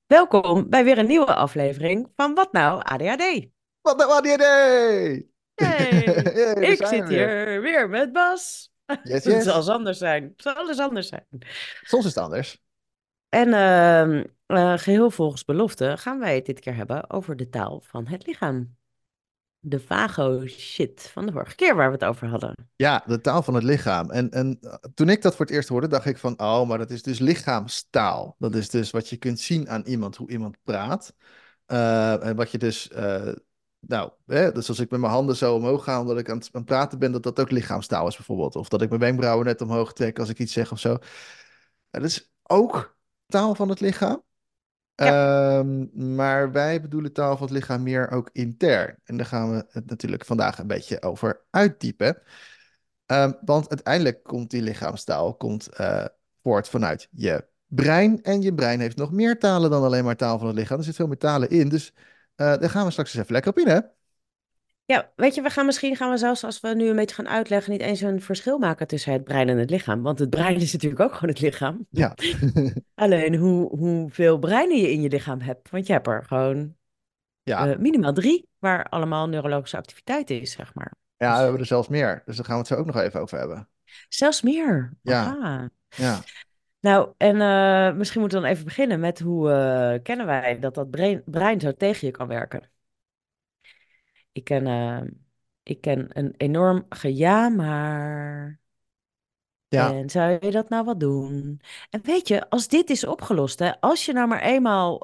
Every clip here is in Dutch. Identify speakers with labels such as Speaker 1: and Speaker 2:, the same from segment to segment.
Speaker 1: Welkom bij weer een nieuwe aflevering van Wat Nou ADHD.
Speaker 2: Wat een wat idee!
Speaker 1: Hey,
Speaker 2: Yay, daar
Speaker 1: ik
Speaker 2: zijn we
Speaker 1: zit
Speaker 2: weer.
Speaker 1: hier weer met Bas.
Speaker 2: Yes,
Speaker 1: Het zal
Speaker 2: yes.
Speaker 1: eens anders zijn. Het zal alles anders zijn.
Speaker 2: Soms is het anders.
Speaker 1: En geheel volgens belofte gaan wij het dit keer hebben over de taal van het lichaam. De vago shit van de vorige keer waar we het over hadden.
Speaker 2: Ja, de taal van het lichaam. En toen ik dat voor het eerst hoorde, dacht ik van, oh, maar dat is dus lichaamstaal. Dat is dus wat je kunt zien aan iemand, hoe iemand praat. En wat je dus, nou, dus als ik met mijn handen zo omhoog ga, omdat ik aan het praten ben, dat dat ook lichaamstaal is bijvoorbeeld. Of dat ik mijn wenkbrauwen net omhoog trek als ik iets zeg of zo. Dat is ook taal van het lichaam.
Speaker 1: Ja,
Speaker 2: Maar wij bedoelen taal van het lichaam meer ook intern. En daar gaan we het natuurlijk vandaag een beetje over uitdiepen. Want uiteindelijk komt die lichaamstaal voort vanuit je brein. En je brein heeft nog meer talen dan alleen maar taal van het lichaam. Er zitten veel meer talen in. Dus daar gaan we straks eens even lekker op in, hè?
Speaker 1: ja, weet je, misschien gaan we zelfs als we nu een beetje gaan uitleggen, niet eens een verschil maken tussen het brein en het lichaam. Want het brein is natuurlijk ook gewoon het lichaam.
Speaker 2: Ja,
Speaker 1: Alleen hoeveel breinen je in je lichaam hebt. Want je hebt er gewoon
Speaker 2: ja.
Speaker 1: minimaal 3, waar allemaal neurologische activiteit is, zeg maar.
Speaker 2: Ja, we
Speaker 1: Dus
Speaker 2: hebben er zelfs meer. Dus daar gaan we het zo ook nog even over hebben.
Speaker 1: zelfs meer.
Speaker 2: Ja,
Speaker 1: Aha.
Speaker 2: ja,
Speaker 1: Nou, en misschien moeten we dan even beginnen met hoe kennen wij dat brein zo tegen je kan werken. Ik ken, eh, ik ken een enorm geja, maar...
Speaker 2: ja,
Speaker 1: En zou je dat nou wat doen? En weet je, als dit is opgelost, hè, als je nou maar eenmaal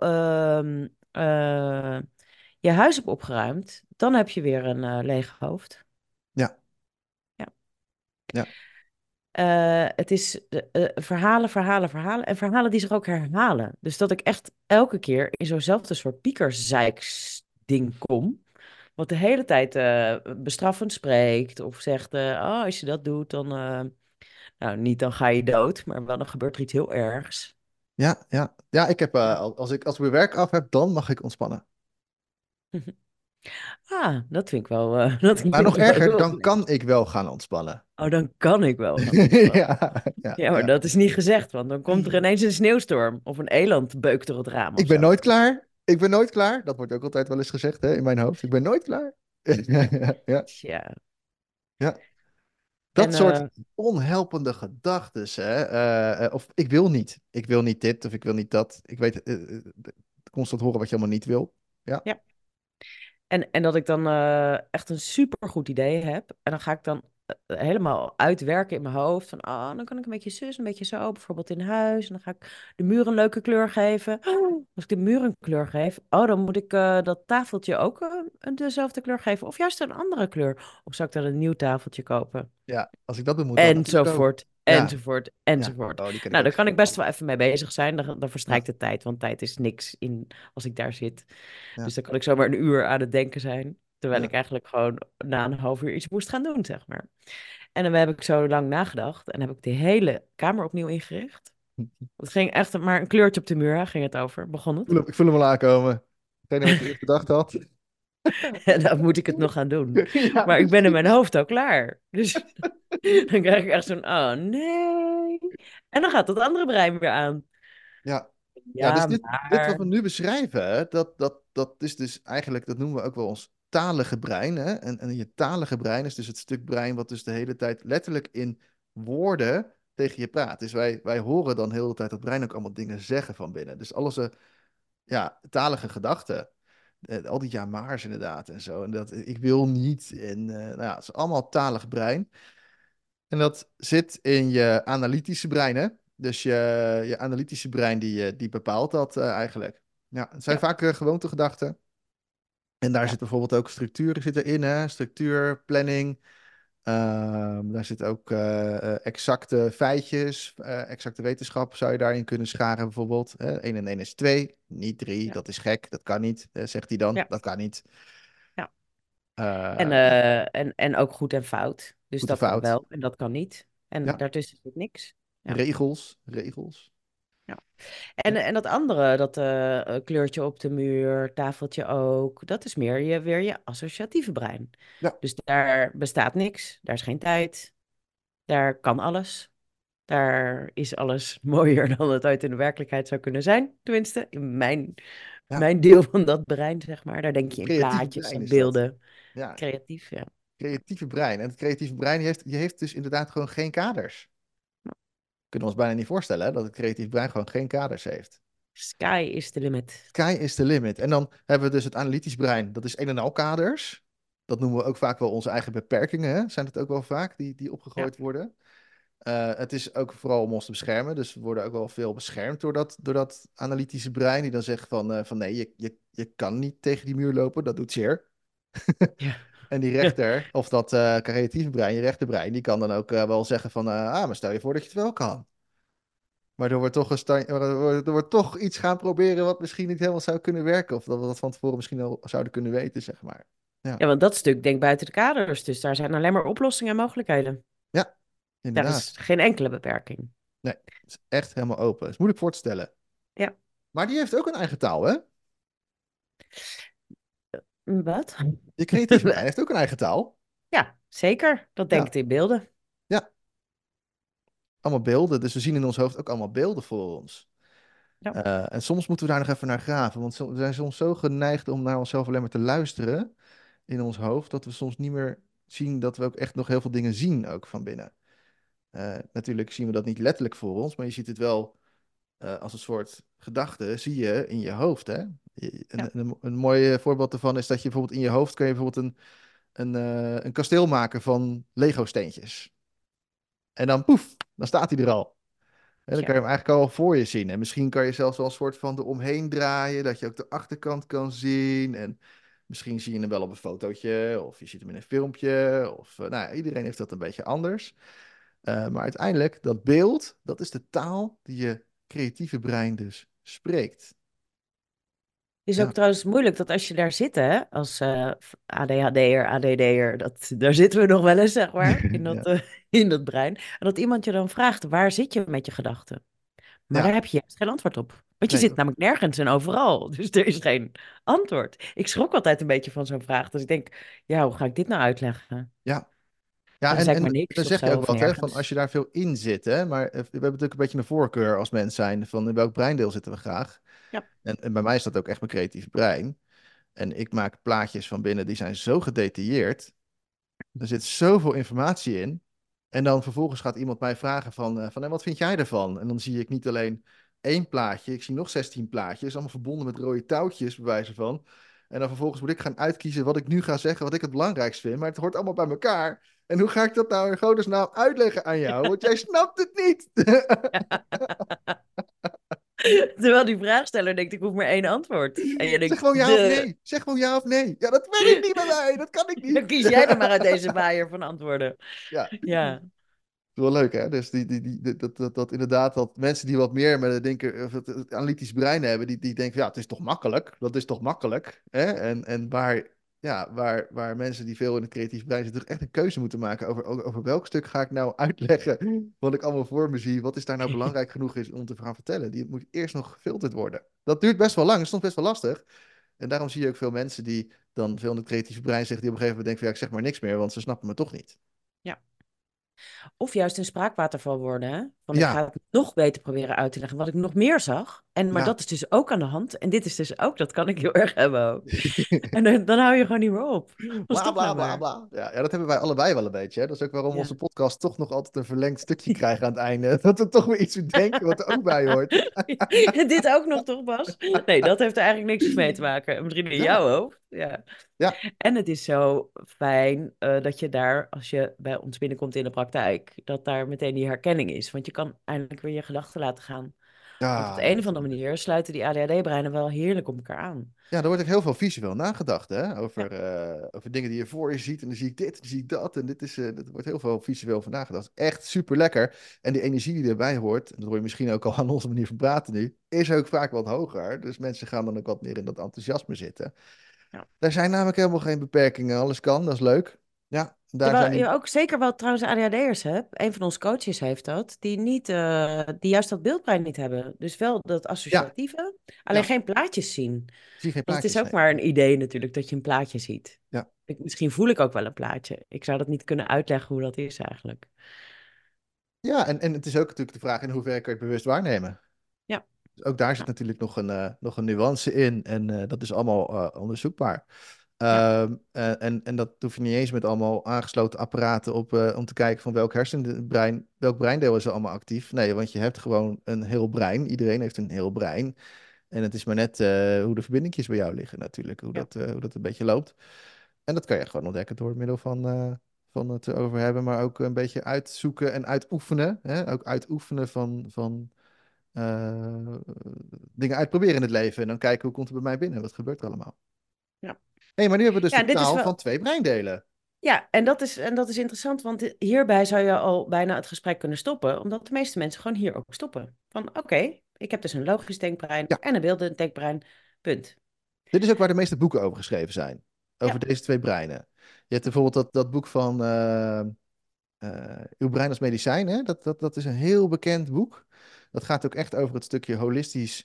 Speaker 1: je huis hebt opgeruimd, dan heb je weer een leeg hoofd.
Speaker 2: ja,
Speaker 1: Ja.
Speaker 2: ja,
Speaker 1: Het is verhalen, verhalen, verhalen en verhalen die zich ook herhalen. Dus dat ik echt elke keer in zo'nzelfde soort piekerzeiksding kom, wat de hele tijd bestraffend spreekt of zegt, oh, als je dat doet, dan, nou, niet dan ga je dood, maar wel dan gebeurt er iets heel ergs.
Speaker 2: ja, ja. Ja, ik heb,
Speaker 1: Ja.
Speaker 2: als ik mijn werk af heb, dan mag ik ontspannen.
Speaker 1: Ah, dat vind ik wel, dat vind
Speaker 2: Maar nog
Speaker 1: ik wel
Speaker 2: erger,
Speaker 1: heel
Speaker 2: dan kan
Speaker 1: netjes.
Speaker 2: ik wel gaan ontspannen.
Speaker 1: Oh, dan kan ik wel gaan ontspannen.
Speaker 2: Ja, ja,
Speaker 1: Ja, maar
Speaker 2: ja.
Speaker 1: dat is niet gezegd, want dan komt er ineens een sneeuwstorm of een eland beukt door het raam of
Speaker 2: Ik ben
Speaker 1: zo.
Speaker 2: nooit klaar. Ik ben nooit klaar. Dat wordt ook altijd wel eens gezegd, hè, in mijn hoofd. Ik ben nooit klaar. Ja,
Speaker 1: Ja.
Speaker 2: ja. Dat
Speaker 1: En
Speaker 2: soort onhelpende gedachtes, hè. Of ik wil niet. Ik wil niet dit of ik wil niet dat. Ik weet constant horen wat je allemaal niet wil. Ja,
Speaker 1: ja. En dat ik dan echt een supergoed idee heb. En dan ga ik dan helemaal uitwerken in mijn hoofd. Van, oh, dan kan ik een beetje zus, een beetje zo. Bijvoorbeeld in huis. En dan ga ik de muur een leuke kleur geven. Oh, als ik de muur een kleur geef, oh, dan moet ik dat tafeltje ook dezelfde kleur geven. Of juist een andere kleur. Of zou ik dan een nieuw tafeltje kopen?
Speaker 2: ja. Als ik dat doe, moet dat natuurlijk ook.
Speaker 1: Enzovoort,
Speaker 2: Ja,
Speaker 1: enzovoort,
Speaker 2: ja.
Speaker 1: enzovoort.
Speaker 2: Oh, die ken ik
Speaker 1: Nou,
Speaker 2: ook
Speaker 1: daar kan
Speaker 2: zo.
Speaker 1: ik best wel even mee bezig zijn. Dan
Speaker 2: Ja,
Speaker 1: verstrijkt de tijd, want tijd is niks in als ik daar zit.
Speaker 2: ja,
Speaker 1: Dus dan kan ik zomaar een uur aan het denken zijn. Terwijl ik
Speaker 2: ja.
Speaker 1: eigenlijk gewoon na een half uur iets moest gaan doen, zeg maar. En dan heb ik zo lang nagedacht en heb ik de hele kamer opnieuw ingericht. Het ging echt maar een kleurtje op de muur, hè, ging het over. Begon het.
Speaker 2: Ik voel hem al aankomen. Hetgene wat je eerst gedacht had.
Speaker 1: En dan moet ik het nog gaan doen.
Speaker 2: Ja,
Speaker 1: Maar ik ben in mijn
Speaker 2: precies.
Speaker 1: hoofd al klaar. Dus dan krijg ik echt zo'n, oh nee. En dan gaat dat andere brein weer aan.
Speaker 2: Ja, ja, dus
Speaker 1: Ja,
Speaker 2: dit wat
Speaker 1: maar.
Speaker 2: we nu beschrijven, hè, dat is dus eigenlijk, dat noemen we ook wel ons talige brein. Hè? En je talige brein is dus het stuk brein wat dus de hele tijd letterlijk in woorden tegen je praat. Dus wij horen dan heel de tijd dat brein ook allemaal dingen zeggen van binnen. Dus alles, ja, talige gedachten. Al die ja maar's inderdaad en zo. En dat ik wil niet. En nou ja, het is allemaal talig brein. En dat zit in je analytische brein, hè? Dus je analytische brein die bepaalt dat eigenlijk. Ja, het zijn
Speaker 1: Ja,
Speaker 2: vaak gewoontegedachten. En daar
Speaker 1: ja,
Speaker 2: zit bijvoorbeeld ook structuur zit erin, hè? Structuur, planning. Daar zit ook exacte feitjes, exacte wetenschap zou je daarin kunnen scharen bijvoorbeeld. 1 en 1 is 2, niet 3,
Speaker 1: ja,
Speaker 2: dat is gek, dat kan niet, zegt hij dan.
Speaker 1: ja,
Speaker 2: Dat kan niet.
Speaker 1: ja.
Speaker 2: Ja,
Speaker 1: En ook goed en fout. Dus
Speaker 2: goed of
Speaker 1: dat kan
Speaker 2: fout.
Speaker 1: wel en dat kan niet. En
Speaker 2: Ja,
Speaker 1: daartussen zit niks. Ja,
Speaker 2: regels, regels.
Speaker 1: ja.
Speaker 2: Ja,
Speaker 1: En dat andere, dat kleurtje op de muur, tafeltje ook, dat is meer weer je associatieve brein.
Speaker 2: ja,
Speaker 1: Dus daar bestaat niks, daar is geen tijd, daar kan alles. Daar is alles mooier dan het uit in de werkelijkheid zou kunnen zijn. Tenminste, in
Speaker 2: Ja,
Speaker 1: mijn deel van dat brein, zeg maar. Daar denk
Speaker 2: het
Speaker 1: je in
Speaker 2: creatieve
Speaker 1: plaatjes
Speaker 2: brein
Speaker 1: en
Speaker 2: is dat.
Speaker 1: beelden.
Speaker 2: Ja,
Speaker 1: Creatief, ja.
Speaker 2: creatieve brein. En het creatieve brein die heeft dus inderdaad gewoon geen kaders. Kunnen we ons bijna niet voorstellen hè, dat het creatieve brein gewoon geen kaders heeft.
Speaker 1: Sky is the limit.
Speaker 2: Sky is the limit. En dan hebben we dus het analytisch brein. Dat is een en al kaders. Dat noemen we ook vaak wel onze eigen beperkingen. Hè? Zijn het ook wel vaak die
Speaker 1: Ja,
Speaker 2: opgegooid worden. Het is ook vooral om ons te beschermen. Dus we worden ook wel veel beschermd door dat analytische brein. Die dan zegt van nee, je kan niet tegen die muur lopen. Dat doet zeer.
Speaker 1: ja.
Speaker 2: En die
Speaker 1: Ja.
Speaker 2: rechter, of dat creatieve brein, je rechterbrein, die kan dan ook wel zeggen van... maar stel je voor dat je het wel kan. Maar er wordt toch iets gaan proberen wat misschien niet helemaal zou kunnen werken. Of dat we dat van tevoren misschien al zouden kunnen weten, zeg maar. Ja,
Speaker 1: Ja, want dat stuk denkt buiten de kaders. Dus daar zijn alleen maar oplossingen en mogelijkheden.
Speaker 2: ja,
Speaker 1: Daar
Speaker 2: inderdaad.
Speaker 1: is geen enkele beperking.
Speaker 2: Nee, het is echt helemaal open. Het is moeilijk voor te stellen.
Speaker 1: Ja.
Speaker 2: Maar die heeft ook een eigen taal, hè?
Speaker 1: Wat?
Speaker 2: Je creatieve brein heeft ook een eigen taal.
Speaker 1: Ja, zeker. Dat
Speaker 2: Ja,
Speaker 1: denkt in beelden.
Speaker 2: ja, allemaal beelden. Dus we zien in ons hoofd ook allemaal beelden voor ons.
Speaker 1: Ja.
Speaker 2: En soms moeten we daar nog even naar graven. Want we zijn soms zo geneigd om naar onszelf alleen maar te luisteren in ons hoofd, dat we soms niet meer zien dat we ook echt nog heel veel dingen zien, ook van binnen. Natuurlijk zien we dat niet letterlijk voor ons, maar je ziet het wel als een soort gedachte, zie je in je hoofd. Hè?
Speaker 1: Ja.
Speaker 2: Een mooi voorbeeld daarvan is dat je bijvoorbeeld in je hoofd kun je bijvoorbeeld een kasteel maken van Lego-steentjes. En dan poef, dan staat hij er al. En dan
Speaker 1: Ja.
Speaker 2: kan je hem eigenlijk al voor je zien. En misschien kan je zelfs wel een soort van eromheen draaien, dat je ook de achterkant kan zien. En misschien zie je hem wel op een fotootje, of je ziet hem in een filmpje. Of, nou, ja, iedereen heeft dat een beetje anders. Maar uiteindelijk, dat beeld, dat is de taal die je creatieve brein dus spreekt.
Speaker 1: Het is ook
Speaker 2: Ja,
Speaker 1: trouwens moeilijk dat als je daar zit, hè, als ADHD'er, ADD'er, daar zitten we nog wel eens, zeg maar, in
Speaker 2: ja,
Speaker 1: in dat brein. En dat iemand je dan vraagt, waar zit je met je gedachten? Maar daar
Speaker 2: ja.
Speaker 1: heb je juist geen antwoord op. Want je
Speaker 2: Nee,
Speaker 1: zit namelijk nergens en overal. Dus er is geen antwoord. Ik schrok altijd een beetje van zo'n vraag. Dus ik denk, ja, hoe ga ik dit nou uitleggen?
Speaker 2: ja. Ja,
Speaker 1: En dan
Speaker 2: en,
Speaker 1: zei ik
Speaker 2: en
Speaker 1: maar
Speaker 2: dan
Speaker 1: niks of
Speaker 2: zeg je
Speaker 1: zo,
Speaker 2: ook
Speaker 1: of
Speaker 2: wat, hè, van als
Speaker 1: nergens.
Speaker 2: je daar veel in zit, hè, maar we hebben natuurlijk een beetje een voorkeur als mens zijn van in welk breindeel zitten we graag.
Speaker 1: Ja,
Speaker 2: En bij mij is dat ook echt mijn creatieve brein. En ik maak plaatjes van binnen die zijn zo gedetailleerd. Er zit zoveel informatie in. En dan vervolgens gaat iemand mij vragen van en wat vind jij ervan? En dan zie ik niet alleen één plaatje, ik zie nog 16 plaatjes, allemaal verbonden met rode touwtjes, bij wijze van. En dan vervolgens moet ik gaan uitkiezen wat ik nu ga zeggen, wat ik het belangrijkst vind. Maar het hoort allemaal bij elkaar. En hoe ga ik dat nou in godesnaam uitleggen aan jou? Want jij snapt het niet.
Speaker 1: terwijl die vraagsteller denkt, ik hoef maar één antwoord. En je
Speaker 2: Zeg
Speaker 1: denkt,
Speaker 2: gewoon ja of nee. Zeg gewoon ja of nee. Ja, dat werkt niet bij mij. Dat kan ik
Speaker 1: dan
Speaker 2: niet.
Speaker 1: kies jij er maar uit deze waaier van antwoorden.
Speaker 2: Ja.
Speaker 1: Ja,
Speaker 2: Wel leuk, hè? Dus dat inderdaad, dat mensen die wat meer met het denken, of het analytisch brein hebben, die denken, ja, het is toch makkelijk? Dat is toch makkelijk? Hè? En waar mensen die veel in het creatief brein zitten, toch echt een keuze moeten maken over welk stuk ga ik nou uitleggen, wat ik allemaal voor me zie, wat is daar nou belangrijk genoeg is om te gaan vertellen. Die moet eerst nog gefilterd worden. Dat duurt best wel lang, is soms best wel lastig. En daarom zie je ook veel mensen die dan veel in het creatieve brein zeggen, die op een gegeven moment denken, van, ja, ik zeg maar niks meer, want ze snappen me toch niet.
Speaker 1: ja. Of juist een spraakwaterval worden, hè? Van ik
Speaker 2: Ja,
Speaker 1: ga het nog beter proberen uit te leggen wat ik nog meer zag. Maar
Speaker 2: ja.
Speaker 1: dat is dus ook aan de hand. En dit is dus ook, dat kan ik heel erg hebben ook. En dan hou je gewoon niet meer op. Dan
Speaker 2: Bla
Speaker 1: stop nou
Speaker 2: bla bla
Speaker 1: maar.
Speaker 2: bla. Ja, dat hebben wij allebei wel een beetje. Hè? Dat is ook waarom
Speaker 1: Ja.
Speaker 2: onze podcast toch nog altijd een verlengd stukje krijgen aan het einde. Dat we toch weer iets bedenken wat er ook bij hoort.
Speaker 1: En dit ook nog toch, Bas? Nee, dat heeft er eigenlijk niks mee te maken. Misschien in
Speaker 2: Ja,
Speaker 1: jouw hoofd. Ja.
Speaker 2: ja,
Speaker 1: En het is zo fijn dat je daar, als je bij ons binnenkomt in de praktijk, dat daar meteen die herkenning is. Want je kan eindelijk weer je gedachten laten gaan. Want op de
Speaker 2: ja,
Speaker 1: een
Speaker 2: dat
Speaker 1: of
Speaker 2: is
Speaker 1: andere
Speaker 2: heerlijk.
Speaker 1: manier sluiten die ADHD-breinen wel heerlijk op elkaar aan.
Speaker 2: Ja, er wordt ook heel veel visueel nagedacht, hè?
Speaker 1: Ja.
Speaker 2: Over dingen die je voor je ziet. En dan zie ik dit, dan zie ik dat. En er wordt heel veel visueel van nagedacht. Echt super lekker. En die energie die erbij hoort, en dat hoor je misschien ook al aan onze manier van praten nu, is ook vaak wat hoger. Dus mensen gaan dan ook wat meer in dat enthousiasme zitten.
Speaker 1: Ja.
Speaker 2: Daar zijn namelijk helemaal geen beperkingen. Alles kan, dat is leuk. Ja, daar zijn
Speaker 1: Terwijl
Speaker 2: die.
Speaker 1: je ook zeker wel trouwens ADHD'ers hebt. Een van onze coaches heeft dat. Die niet, die juist dat beeldbrein niet hebben. Dus wel dat
Speaker 2: Ja,
Speaker 1: associatieve. Alleen
Speaker 2: ja.
Speaker 1: geen plaatjes zien.
Speaker 2: Ik zie geen
Speaker 1: Want het is
Speaker 2: plaatjes.
Speaker 1: ook
Speaker 2: Nee.
Speaker 1: maar een idee natuurlijk dat je een plaatje ziet.
Speaker 2: Ja.
Speaker 1: Misschien voel ik ook wel een plaatje. Ik zou dat niet kunnen uitleggen hoe dat is eigenlijk.
Speaker 2: Ja, en het is ook natuurlijk de vraag in hoeverre kun je het bewust waarnemen.
Speaker 1: Ja,
Speaker 2: Dus ook daar zit
Speaker 1: ja,
Speaker 2: natuurlijk nog een nuance in en dat is allemaal onderzoekbaar.
Speaker 1: ja,
Speaker 2: En dat hoef je niet eens met allemaal aangesloten apparaten op, om te kijken van welk breindeel is er allemaal actief. Nee, want je hebt gewoon een heel brein. Iedereen heeft een heel brein. En het is maar net hoe de verbindingjes bij jou liggen natuurlijk,
Speaker 1: ja,
Speaker 2: hoe dat een beetje loopt. En dat kan je gewoon ontdekken door middel van het erover hebben, maar ook een beetje uitzoeken en uitoefenen. Hè? Ook uitoefenen van eh, dingen uitproberen in het leven. En dan kijken hoe komt het bij mij binnen, wat gebeurt er allemaal.
Speaker 1: ja.
Speaker 2: Hé, maar nu hebben we dus
Speaker 1: Ja,
Speaker 2: de
Speaker 1: en dit is
Speaker 2: taal van
Speaker 1: wel.
Speaker 2: twee breindelen.
Speaker 1: Ja, en dat is interessant, want hierbij zou je al bijna het gesprek kunnen stoppen, omdat de meeste mensen gewoon hier ook stoppen. Van oké, ik heb dus een logisch denkbrein
Speaker 2: Ja,
Speaker 1: en een beeldend denkbrein, punt.
Speaker 2: dit is ook waar de meeste boeken over geschreven zijn. Over
Speaker 1: Ja,
Speaker 2: deze twee breinen. Je hebt bijvoorbeeld dat boek van Uw brein als medicijn, hè? Dat is een heel bekend boek. Dat gaat ook echt over het stukje holistisch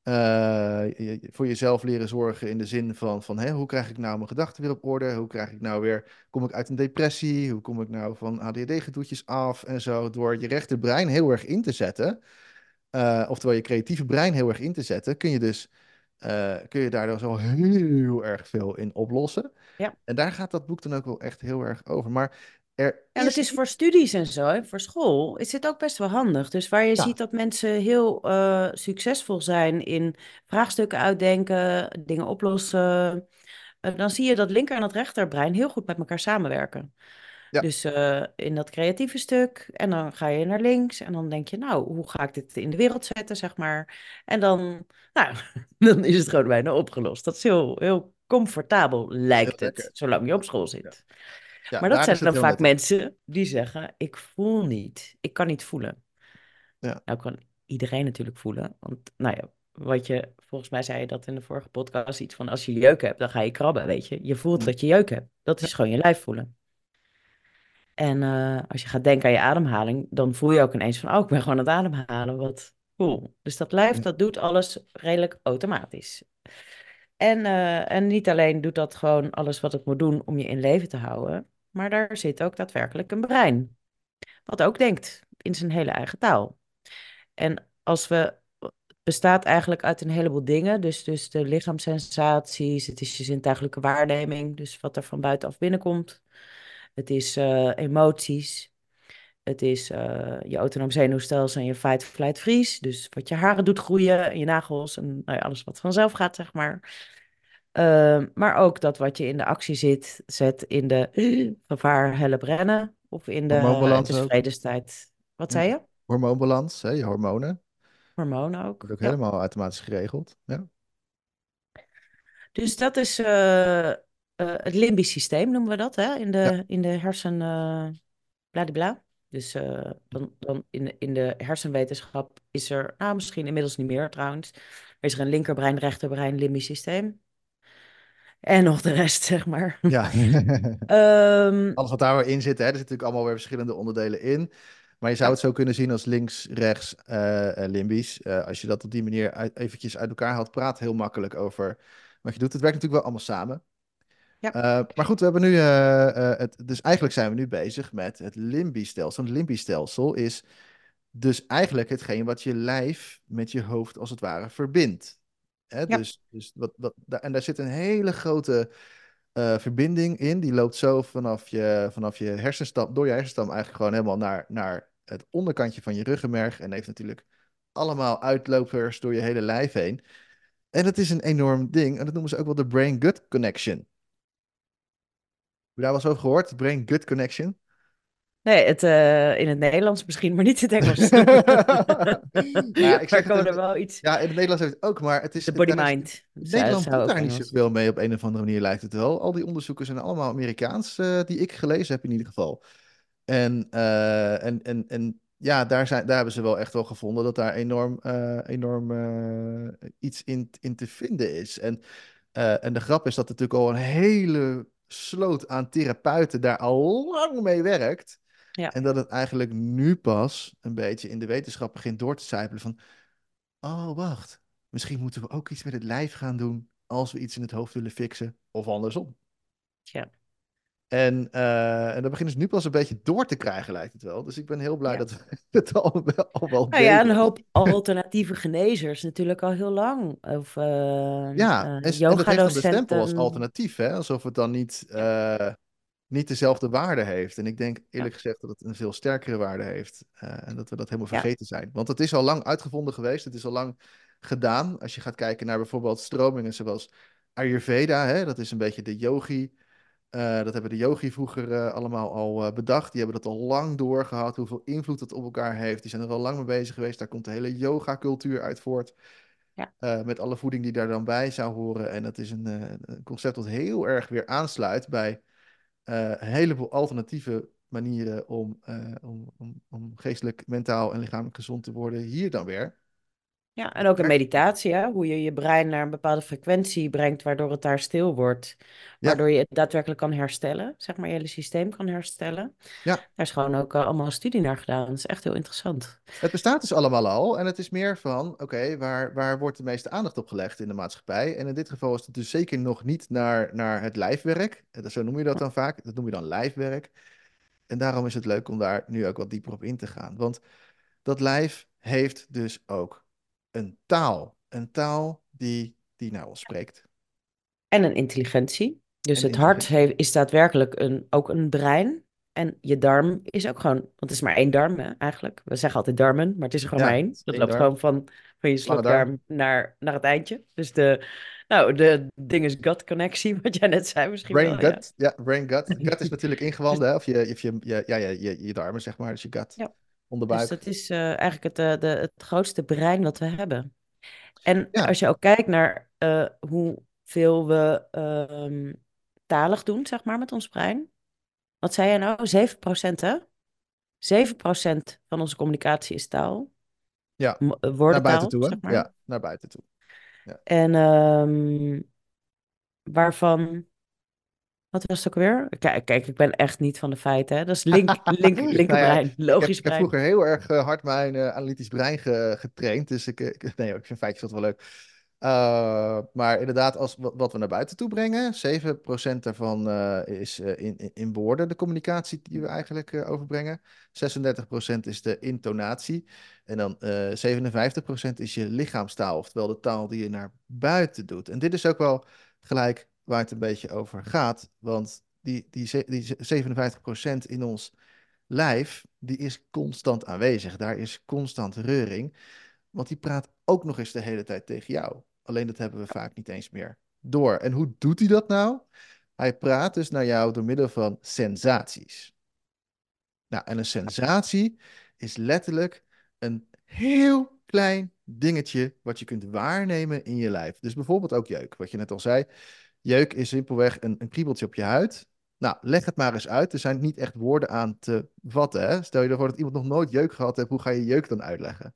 Speaker 2: voor jezelf leren zorgen in de zin van hè, hoe krijg ik nou mijn gedachten weer op orde? Hoe krijg ik nou weer, kom ik uit een depressie? Hoe kom ik nou van ADHD-gedoetjes af en zo? Door je rechterbrein heel erg in te zetten, oftewel je creatieve brein heel erg in te zetten, kun je daardoor zo heel erg veel in oplossen.
Speaker 1: ja.
Speaker 2: En daar gaat dat boek dan ook wel echt heel erg over. Maar er
Speaker 1: En het
Speaker 2: is
Speaker 1: is
Speaker 2: niet.
Speaker 1: voor studies en zo, hè, voor school, is dit ook best wel handig. Dus waar je
Speaker 2: Ja,
Speaker 1: ziet dat mensen heel succesvol zijn in vraagstukken uitdenken, dingen oplossen, dan zie je dat linker en dat rechterbrein heel goed met elkaar samenwerken.
Speaker 2: ja,
Speaker 1: Dus in dat creatieve stuk. En dan ga je naar links. En dan denk je, nou, hoe ga ik dit in de wereld zetten, zeg maar. En dan, nou, dan is het gewoon bijna opgelost. Dat is heel, heel comfortabel,
Speaker 2: heel
Speaker 1: lijkt het,
Speaker 2: lekker.
Speaker 1: zolang je op school
Speaker 2: Ja,
Speaker 1: zit.
Speaker 2: ja,
Speaker 1: Maar dat
Speaker 2: daar
Speaker 1: zijn
Speaker 2: is het
Speaker 1: dan
Speaker 2: heel
Speaker 1: vaak
Speaker 2: nuttig.
Speaker 1: mensen die zeggen, ik voel niet. Ik kan niet voelen.
Speaker 2: Ja.
Speaker 1: Nou kan iedereen natuurlijk voelen. Want, nou ja, wat je, volgens mij zei je dat in de vorige podcast, iets van als je jeuk hebt, dan ga je krabben, weet je. Je voelt
Speaker 2: Mhm.
Speaker 1: dat je jeuk hebt. Dat
Speaker 2: Ja,
Speaker 1: is gewoon je lijf voelen. En als je gaat denken aan je ademhaling, dan voel je ook ineens van, oh, ik ben gewoon aan het ademhalen, wat cool. Dus dat lijf,
Speaker 2: ja.
Speaker 1: dat doet alles redelijk automatisch. En niet alleen doet dat gewoon alles wat het moet doen om je in leven te houden, maar daar zit ook daadwerkelijk een brein, wat ook denkt in zijn hele eigen taal. En als we, het bestaat eigenlijk uit een heleboel dingen, dus de lichaamssensaties, het is je zintuigelijke waarneming, dus wat er van buitenaf binnenkomt. Het is emoties. Het is je autonoom zenuwstelsel en je fight, flight, freeze. Dus wat je haren doet groeien en je nagels en nou ja, alles wat vanzelf gaat, zeg maar. Maar ook dat wat je in de actie zet in de gevaar, help, rennen. Of in de het
Speaker 2: Hormoonbalans
Speaker 1: is
Speaker 2: ook.
Speaker 1: vredestijd. Wat
Speaker 2: Ja.
Speaker 1: zei je?
Speaker 2: Hormoonbalans, hè, je hormonen.
Speaker 1: Hormonen
Speaker 2: Wordt
Speaker 1: ook.
Speaker 2: ook
Speaker 1: Ja.
Speaker 2: helemaal automatisch geregeld. Ja.
Speaker 1: Dus dat is het limbisch systeem, noemen we dat, hè?
Speaker 2: Ja.
Speaker 1: In de hersen, bladibla. Dus dan in de hersenwetenschap is er, nou misschien inmiddels niet meer trouwens, is er een linkerbrein, rechterbrein, limbisch systeem. En nog de rest, zeg maar.
Speaker 2: Ja.
Speaker 1: Ehm,
Speaker 2: Alles wat daar weer in zit, hè, er zitten natuurlijk allemaal weer verschillende onderdelen in. Maar je zou
Speaker 1: ja,
Speaker 2: het zo kunnen zien als links, rechts, limbisch. Als je dat op die manier eventjes uit elkaar haalt, praat heel makkelijk over wat je doet. Het werkt natuurlijk wel allemaal samen.
Speaker 1: ja,
Speaker 2: Maar goed, we hebben nu dus eigenlijk zijn we nu bezig met het limbisch stelsel. Het limbisch stelsel is dus eigenlijk hetgeen wat je lijf met je hoofd als het ware verbindt. Hè?
Speaker 1: ja,
Speaker 2: En daar zit een hele grote verbinding in. Die loopt zo vanaf je hersenstam, door je hersenstam eigenlijk gewoon helemaal naar het onderkantje van je ruggenmerg. En heeft natuurlijk allemaal uitlopers door je hele lijf heen. En dat is een enorm ding. En dat noemen ze ook wel de brain-gut connection. Heb je daar wel eens over gehoord? De brain-gut connection?
Speaker 1: nee, in het Nederlands misschien, maar niet in het Engels.
Speaker 2: Nou ja, ik
Speaker 1: Maar
Speaker 2: zeg het
Speaker 1: komen er
Speaker 2: even.
Speaker 1: wel iets.
Speaker 2: Ja, in het Nederlands heeft het ook, maar
Speaker 1: De body
Speaker 2: daar is,
Speaker 1: mind.
Speaker 2: Nederland
Speaker 1: Zou
Speaker 2: doet
Speaker 1: ook
Speaker 2: daar niet
Speaker 1: Engels.
Speaker 2: zoveel mee op een of andere manier, lijkt het wel. Al die onderzoeken zijn allemaal Amerikaans, die ik gelezen heb in ieder geval. En ja, daar hebben ze wel echt wel gevonden dat daar enorm iets in te vinden is. En de grap is dat er natuurlijk al een hele sloot aan therapeuten daar al lang mee werkt.
Speaker 1: Ja,
Speaker 2: En dat het eigenlijk nu pas een beetje in de wetenschap begint door te sijpelen van, oh wacht, misschien moeten we ook iets met het lijf gaan doen als we iets in het hoofd willen fixen. Of andersom.
Speaker 1: ja.
Speaker 2: En dat beginnen ze nu pas een beetje door te krijgen, lijkt het wel. Dus ik ben heel blij
Speaker 1: Ja.
Speaker 2: dat we het al wel
Speaker 1: Nou ja, een
Speaker 2: deden.
Speaker 1: hoop alternatieve genezers natuurlijk al heel lang. Of
Speaker 2: Ja, en dat heeft dan de stempel als
Speaker 1: yogadocenten.
Speaker 2: alternatief, hè? Alsof het dan niet,
Speaker 1: Ja,
Speaker 2: niet dezelfde waarde heeft. En ik denk
Speaker 1: ja,
Speaker 2: eerlijk gezegd dat het een veel sterkere waarde heeft. En dat we dat helemaal
Speaker 1: ja,
Speaker 2: vergeten zijn. Want het is al lang uitgevonden geweest. Het is al lang gedaan. Als je gaat kijken naar bijvoorbeeld stromingen zoals Ayurveda, hè? Dat is een beetje de yogi. Dat hebben de yogi vroeger allemaal al bedacht. Die hebben dat al lang doorgehad. Hoeveel invloed dat op elkaar heeft. Die zijn er al lang mee bezig geweest. Daar komt de hele yoga-cultuur uit voort.
Speaker 1: ja.
Speaker 2: Met alle voeding die daar dan bij zou horen. En dat is een concept dat heel erg weer aansluit bij een heleboel alternatieve manieren om geestelijk, mentaal en lichamelijk gezond te worden. Hier dan weer.
Speaker 1: Ja, en ook een meditatie, hè? Hoe je je brein naar een bepaalde frequentie brengt, waardoor het daar stil wordt.
Speaker 2: Ja,
Speaker 1: Waardoor je het daadwerkelijk kan herstellen, zeg maar, je hele systeem kan herstellen.
Speaker 2: ja.
Speaker 1: Daar is gewoon ook allemaal studie naar gedaan. Dat is echt heel interessant.
Speaker 2: Het bestaat dus allemaal al. En het is meer van, oké, waar wordt de meeste aandacht op gelegd in de maatschappij? En in dit geval is het dus zeker nog niet naar het lijfwerk. Zo noem je dat dan vaak. Dat noem je dan lijfwerk. En daarom is het leuk om daar nu ook wat dieper op in te gaan. Want dat lijf heeft dus ook een taal. Een taal die naar ons spreekt.
Speaker 1: En een intelligentie. Dus
Speaker 2: En
Speaker 1: het hart
Speaker 2: intelligentie.
Speaker 1: is daadwerkelijk ook een brein. En je darm is ook gewoon, want het is maar één darm hè, eigenlijk. We zeggen altijd darmen, maar het is er gewoon maar
Speaker 2: Ja, het
Speaker 1: één.
Speaker 2: is
Speaker 1: Dat
Speaker 2: één
Speaker 1: loopt
Speaker 2: darm,
Speaker 1: gewoon van je
Speaker 2: lange darm.
Speaker 1: slokdarm naar het eindje. Dus de ding is gut connectie, wat jij net zei misschien
Speaker 2: Brain
Speaker 1: wel, ja.
Speaker 2: gut. Ja, brain gut. Gut is natuurlijk
Speaker 1: Dus,
Speaker 2: ingewanden, hè? Of je darmen, zeg maar. Dus je gut,
Speaker 1: ja, dus
Speaker 2: onderbuik.
Speaker 1: dat is eigenlijk het grootste brein wat we hebben. En
Speaker 2: Ja,
Speaker 1: als je ook kijkt naar hoeveel we talig doen, zeg maar, met ons brein. Wat zei je nou? 7% hè? 7% van onze communicatie is taal.
Speaker 2: ja. Naar buiten
Speaker 1: Woordentaal,
Speaker 2: toe, hè?
Speaker 1: zeg maar.
Speaker 2: Ja, naar buiten toe. Ja.
Speaker 1: En waarvan... Wat was het ook weer? Kijk, ik ben echt niet van de feiten. Hè? Dat is
Speaker 2: Nou ja,
Speaker 1: linkerbrein,
Speaker 2: ik heb,
Speaker 1: logisch
Speaker 2: ik heb
Speaker 1: brein.
Speaker 2: vroeger heel erg hard mijn analytisch brein getraind. Dus nee, ik vind feitjes dat wel leuk. Maar inderdaad, wat we naar buiten toe brengen, 7% daarvan is in woorden de communicatie die we eigenlijk overbrengen. 36% is de intonatie. En dan 57% is je lichaamstaal, oftewel de taal die je naar buiten doet. En dit is ook wel gelijk waar het een beetje over gaat. Want die 57% in ons lijf, die is constant aanwezig. Daar is constant reuring. Want die praat ook nog eens de hele tijd tegen jou. Alleen dat hebben we vaak niet eens meer door. En hoe doet hij dat nou? Hij praat dus naar jou door middel van sensaties. Nou, en een sensatie is letterlijk een heel klein dingetje wat je kunt waarnemen in je lijf. Dus bijvoorbeeld ook jeuk, wat je net al zei. Jeuk is simpelweg een kriebeltje op je huid. Nou, leg het maar eens uit. Er zijn niet echt woorden aan te vatten. Hè? Stel je ervoor dat iemand nog nooit jeuk gehad heeft, hoe ga je jeuk dan uitleggen?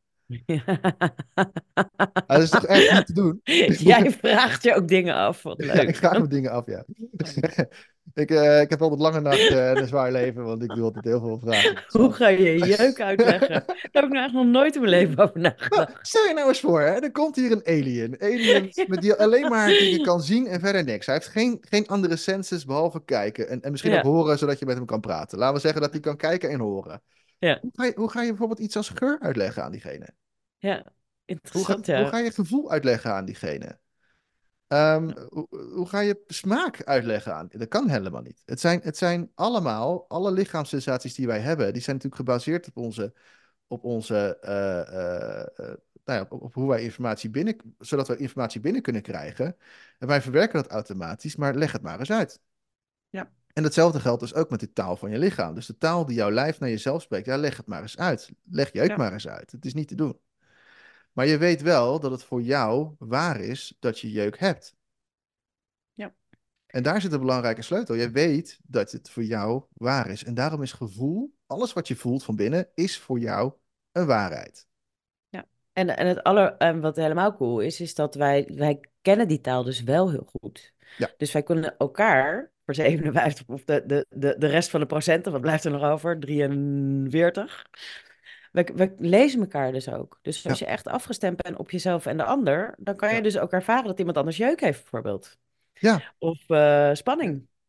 Speaker 2: Dat is toch echt niet te doen?
Speaker 1: Jij vraagt je ook dingen af, wat
Speaker 2: Ja, ik
Speaker 1: leuk.
Speaker 2: vraag me dingen af, ja. Ik heb altijd lange nachten en een zwaar leven, want ik doe altijd heel veel vragen. Dat is
Speaker 1: Hoe
Speaker 2: wel-
Speaker 1: ga je jeuk uitleggen? Daar heb ik nou echt nog nooit in mijn leven over
Speaker 2: Nou,
Speaker 1: nagedacht.
Speaker 2: stel je nou eens voor, hè, er komt hier een alien. Alien met die alleen maar dingen kan zien en verder niks. Hij heeft geen andere senses behalve kijken en misschien ook
Speaker 1: Ja,
Speaker 2: horen, zodat je met hem kan praten. Laten we zeggen dat hij kan kijken en horen.
Speaker 1: ja,
Speaker 2: Hoe ga je bijvoorbeeld iets als geur uitleggen aan diegene?
Speaker 1: ja.
Speaker 2: Hoe ga,
Speaker 1: Interessant,
Speaker 2: hoe
Speaker 1: ja.
Speaker 2: ga je gevoel uitleggen aan diegene? Hoe ga je smaak uitleggen aan? Dat kan helemaal niet. Het zijn allemaal, alle lichaamssensaties die wij hebben, die zijn natuurlijk gebaseerd op onze nou ja, op hoe wij informatie zodat we informatie binnen kunnen krijgen. En wij verwerken dat automatisch, maar leg het maar eens uit.
Speaker 1: Ja,
Speaker 2: En hetzelfde geldt dus ook met de taal van je lichaam. Dus de taal die jouw lijf naar jezelf spreekt, ja, leg het maar eens uit. Leg jeuk
Speaker 1: ja,
Speaker 2: maar eens uit. Het is niet te doen. Maar je weet wel dat het voor jou waar is dat je jeuk hebt.
Speaker 1: ja,
Speaker 2: En daar zit een belangrijke sleutel. Je weet dat het voor jou waar is. En daarom is gevoel, alles wat je voelt van binnen, is voor jou een waarheid.
Speaker 1: ja. En wat helemaal cool is dat wij kennen die taal dus wel heel goed.
Speaker 2: Ja,
Speaker 1: Dus wij kunnen elkaar voor 57 of de rest van de procenten, wat blijft er nog over? 43. We lezen elkaar dus ook. Dus als
Speaker 2: ja,
Speaker 1: je echt afgestemd bent op jezelf en de ander, dan kan je
Speaker 2: ja,
Speaker 1: dus ook ervaren dat iemand anders jeuk heeft, bijvoorbeeld.
Speaker 2: ja.
Speaker 1: Of spanning.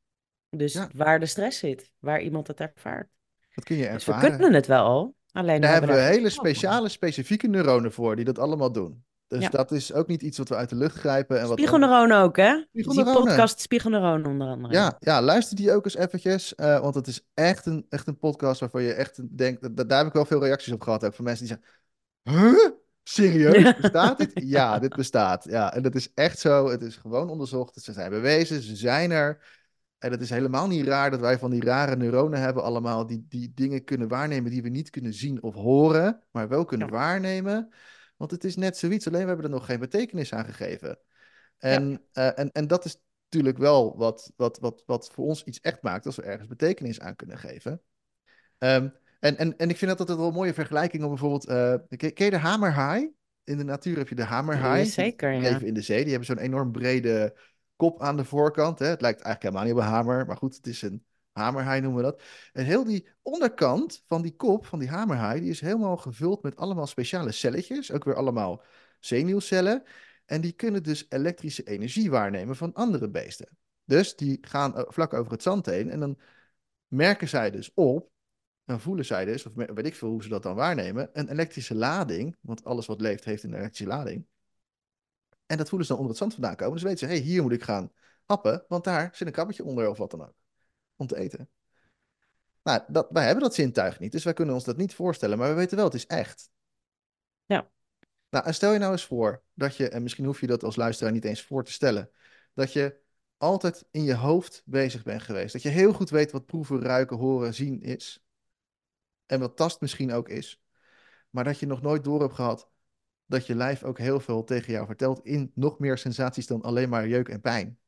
Speaker 1: Dus
Speaker 2: Ja,
Speaker 1: waar de stress zit, waar iemand het ervaart.
Speaker 2: dat kun je
Speaker 1: Dus we
Speaker 2: ervaren.
Speaker 1: kunnen het wel al, alleen we
Speaker 2: Daar
Speaker 1: hebben
Speaker 2: hebben we
Speaker 1: daar geen
Speaker 2: hele
Speaker 1: vertrouwen voor.
Speaker 2: speciale, specifieke neuronen voor die dat allemaal doen. Dus
Speaker 1: Ja.
Speaker 2: dat is ook niet iets wat we uit de lucht grijpen en wat anders.
Speaker 1: Spiegelneuronen ook, hè? Dus die
Speaker 2: Spiegelneuronen.
Speaker 1: podcast Spiegelneuronen onder andere.
Speaker 2: Ja, ja, luister die ook eens eventjes. Want het is echt een podcast waarvan je echt denkt. Daar heb ik wel veel reacties op gehad. Ook van mensen die zeggen: Huh? Serieus? Bestaat dit? Ja, dit bestaat. Ja, en dat is echt zo. Het is gewoon onderzocht. Ze zijn bewezen. Ze zijn er. En het is helemaal niet raar dat wij van die rare neuronen hebben allemaal. Die dingen kunnen waarnemen die we niet kunnen zien of horen. Maar wel kunnen
Speaker 1: Ja,
Speaker 2: waarnemen. Want het is net zoiets. Alleen we hebben er nog geen betekenis aan gegeven.
Speaker 1: ja,
Speaker 2: En dat is natuurlijk wel wat voor ons iets echt maakt als we ergens betekenis aan kunnen geven. Ehm, en ik vind dat altijd wel een mooie vergelijking om bijvoorbeeld... ken je de hamerhaai? In de natuur heb je de hamerhaai. Die
Speaker 1: zeker, ja.
Speaker 2: leven in de zee. Die hebben zo'n enorm brede kop aan de voorkant. Hè? Het lijkt eigenlijk helemaal niet op een hamer. Maar goed, het is een hamerhaai noemen we dat. En heel die onderkant van die kop, van die hamerhaai... die is helemaal gevuld met allemaal speciale celletjes. Ook weer allemaal zenuwcellen. En die kunnen dus elektrische energie waarnemen van andere beesten. Dus die gaan vlak over het zand heen. En dan merken zij dus op, dan voelen zij dus, of weet ik veel hoe ze dat dan waarnemen, een elektrische lading. Want alles wat leeft heeft een elektrische lading. En dat voelen ze dan onder het zand vandaan komen. Dus weten ze, hé, hey, hier moet ik gaan happen, want daar zit een krabbetje onder of wat dan ook. Om te eten. Nou, wij hebben dat zintuig niet, dus wij kunnen ons dat niet voorstellen. Maar we weten wel, het is echt.
Speaker 1: Ja,
Speaker 2: Nou, en stel je nou eens voor dat je, en misschien hoef je dat als luisteraar niet eens voor te stellen, dat je altijd in je hoofd bezig bent geweest. Dat je heel goed weet wat proeven, ruiken, horen, zien is. En wat tast misschien ook is. Maar dat je nog nooit door hebt gehad dat je lijf ook heel veel tegen jou vertelt in nog meer sensaties dan alleen maar jeuk en pijn.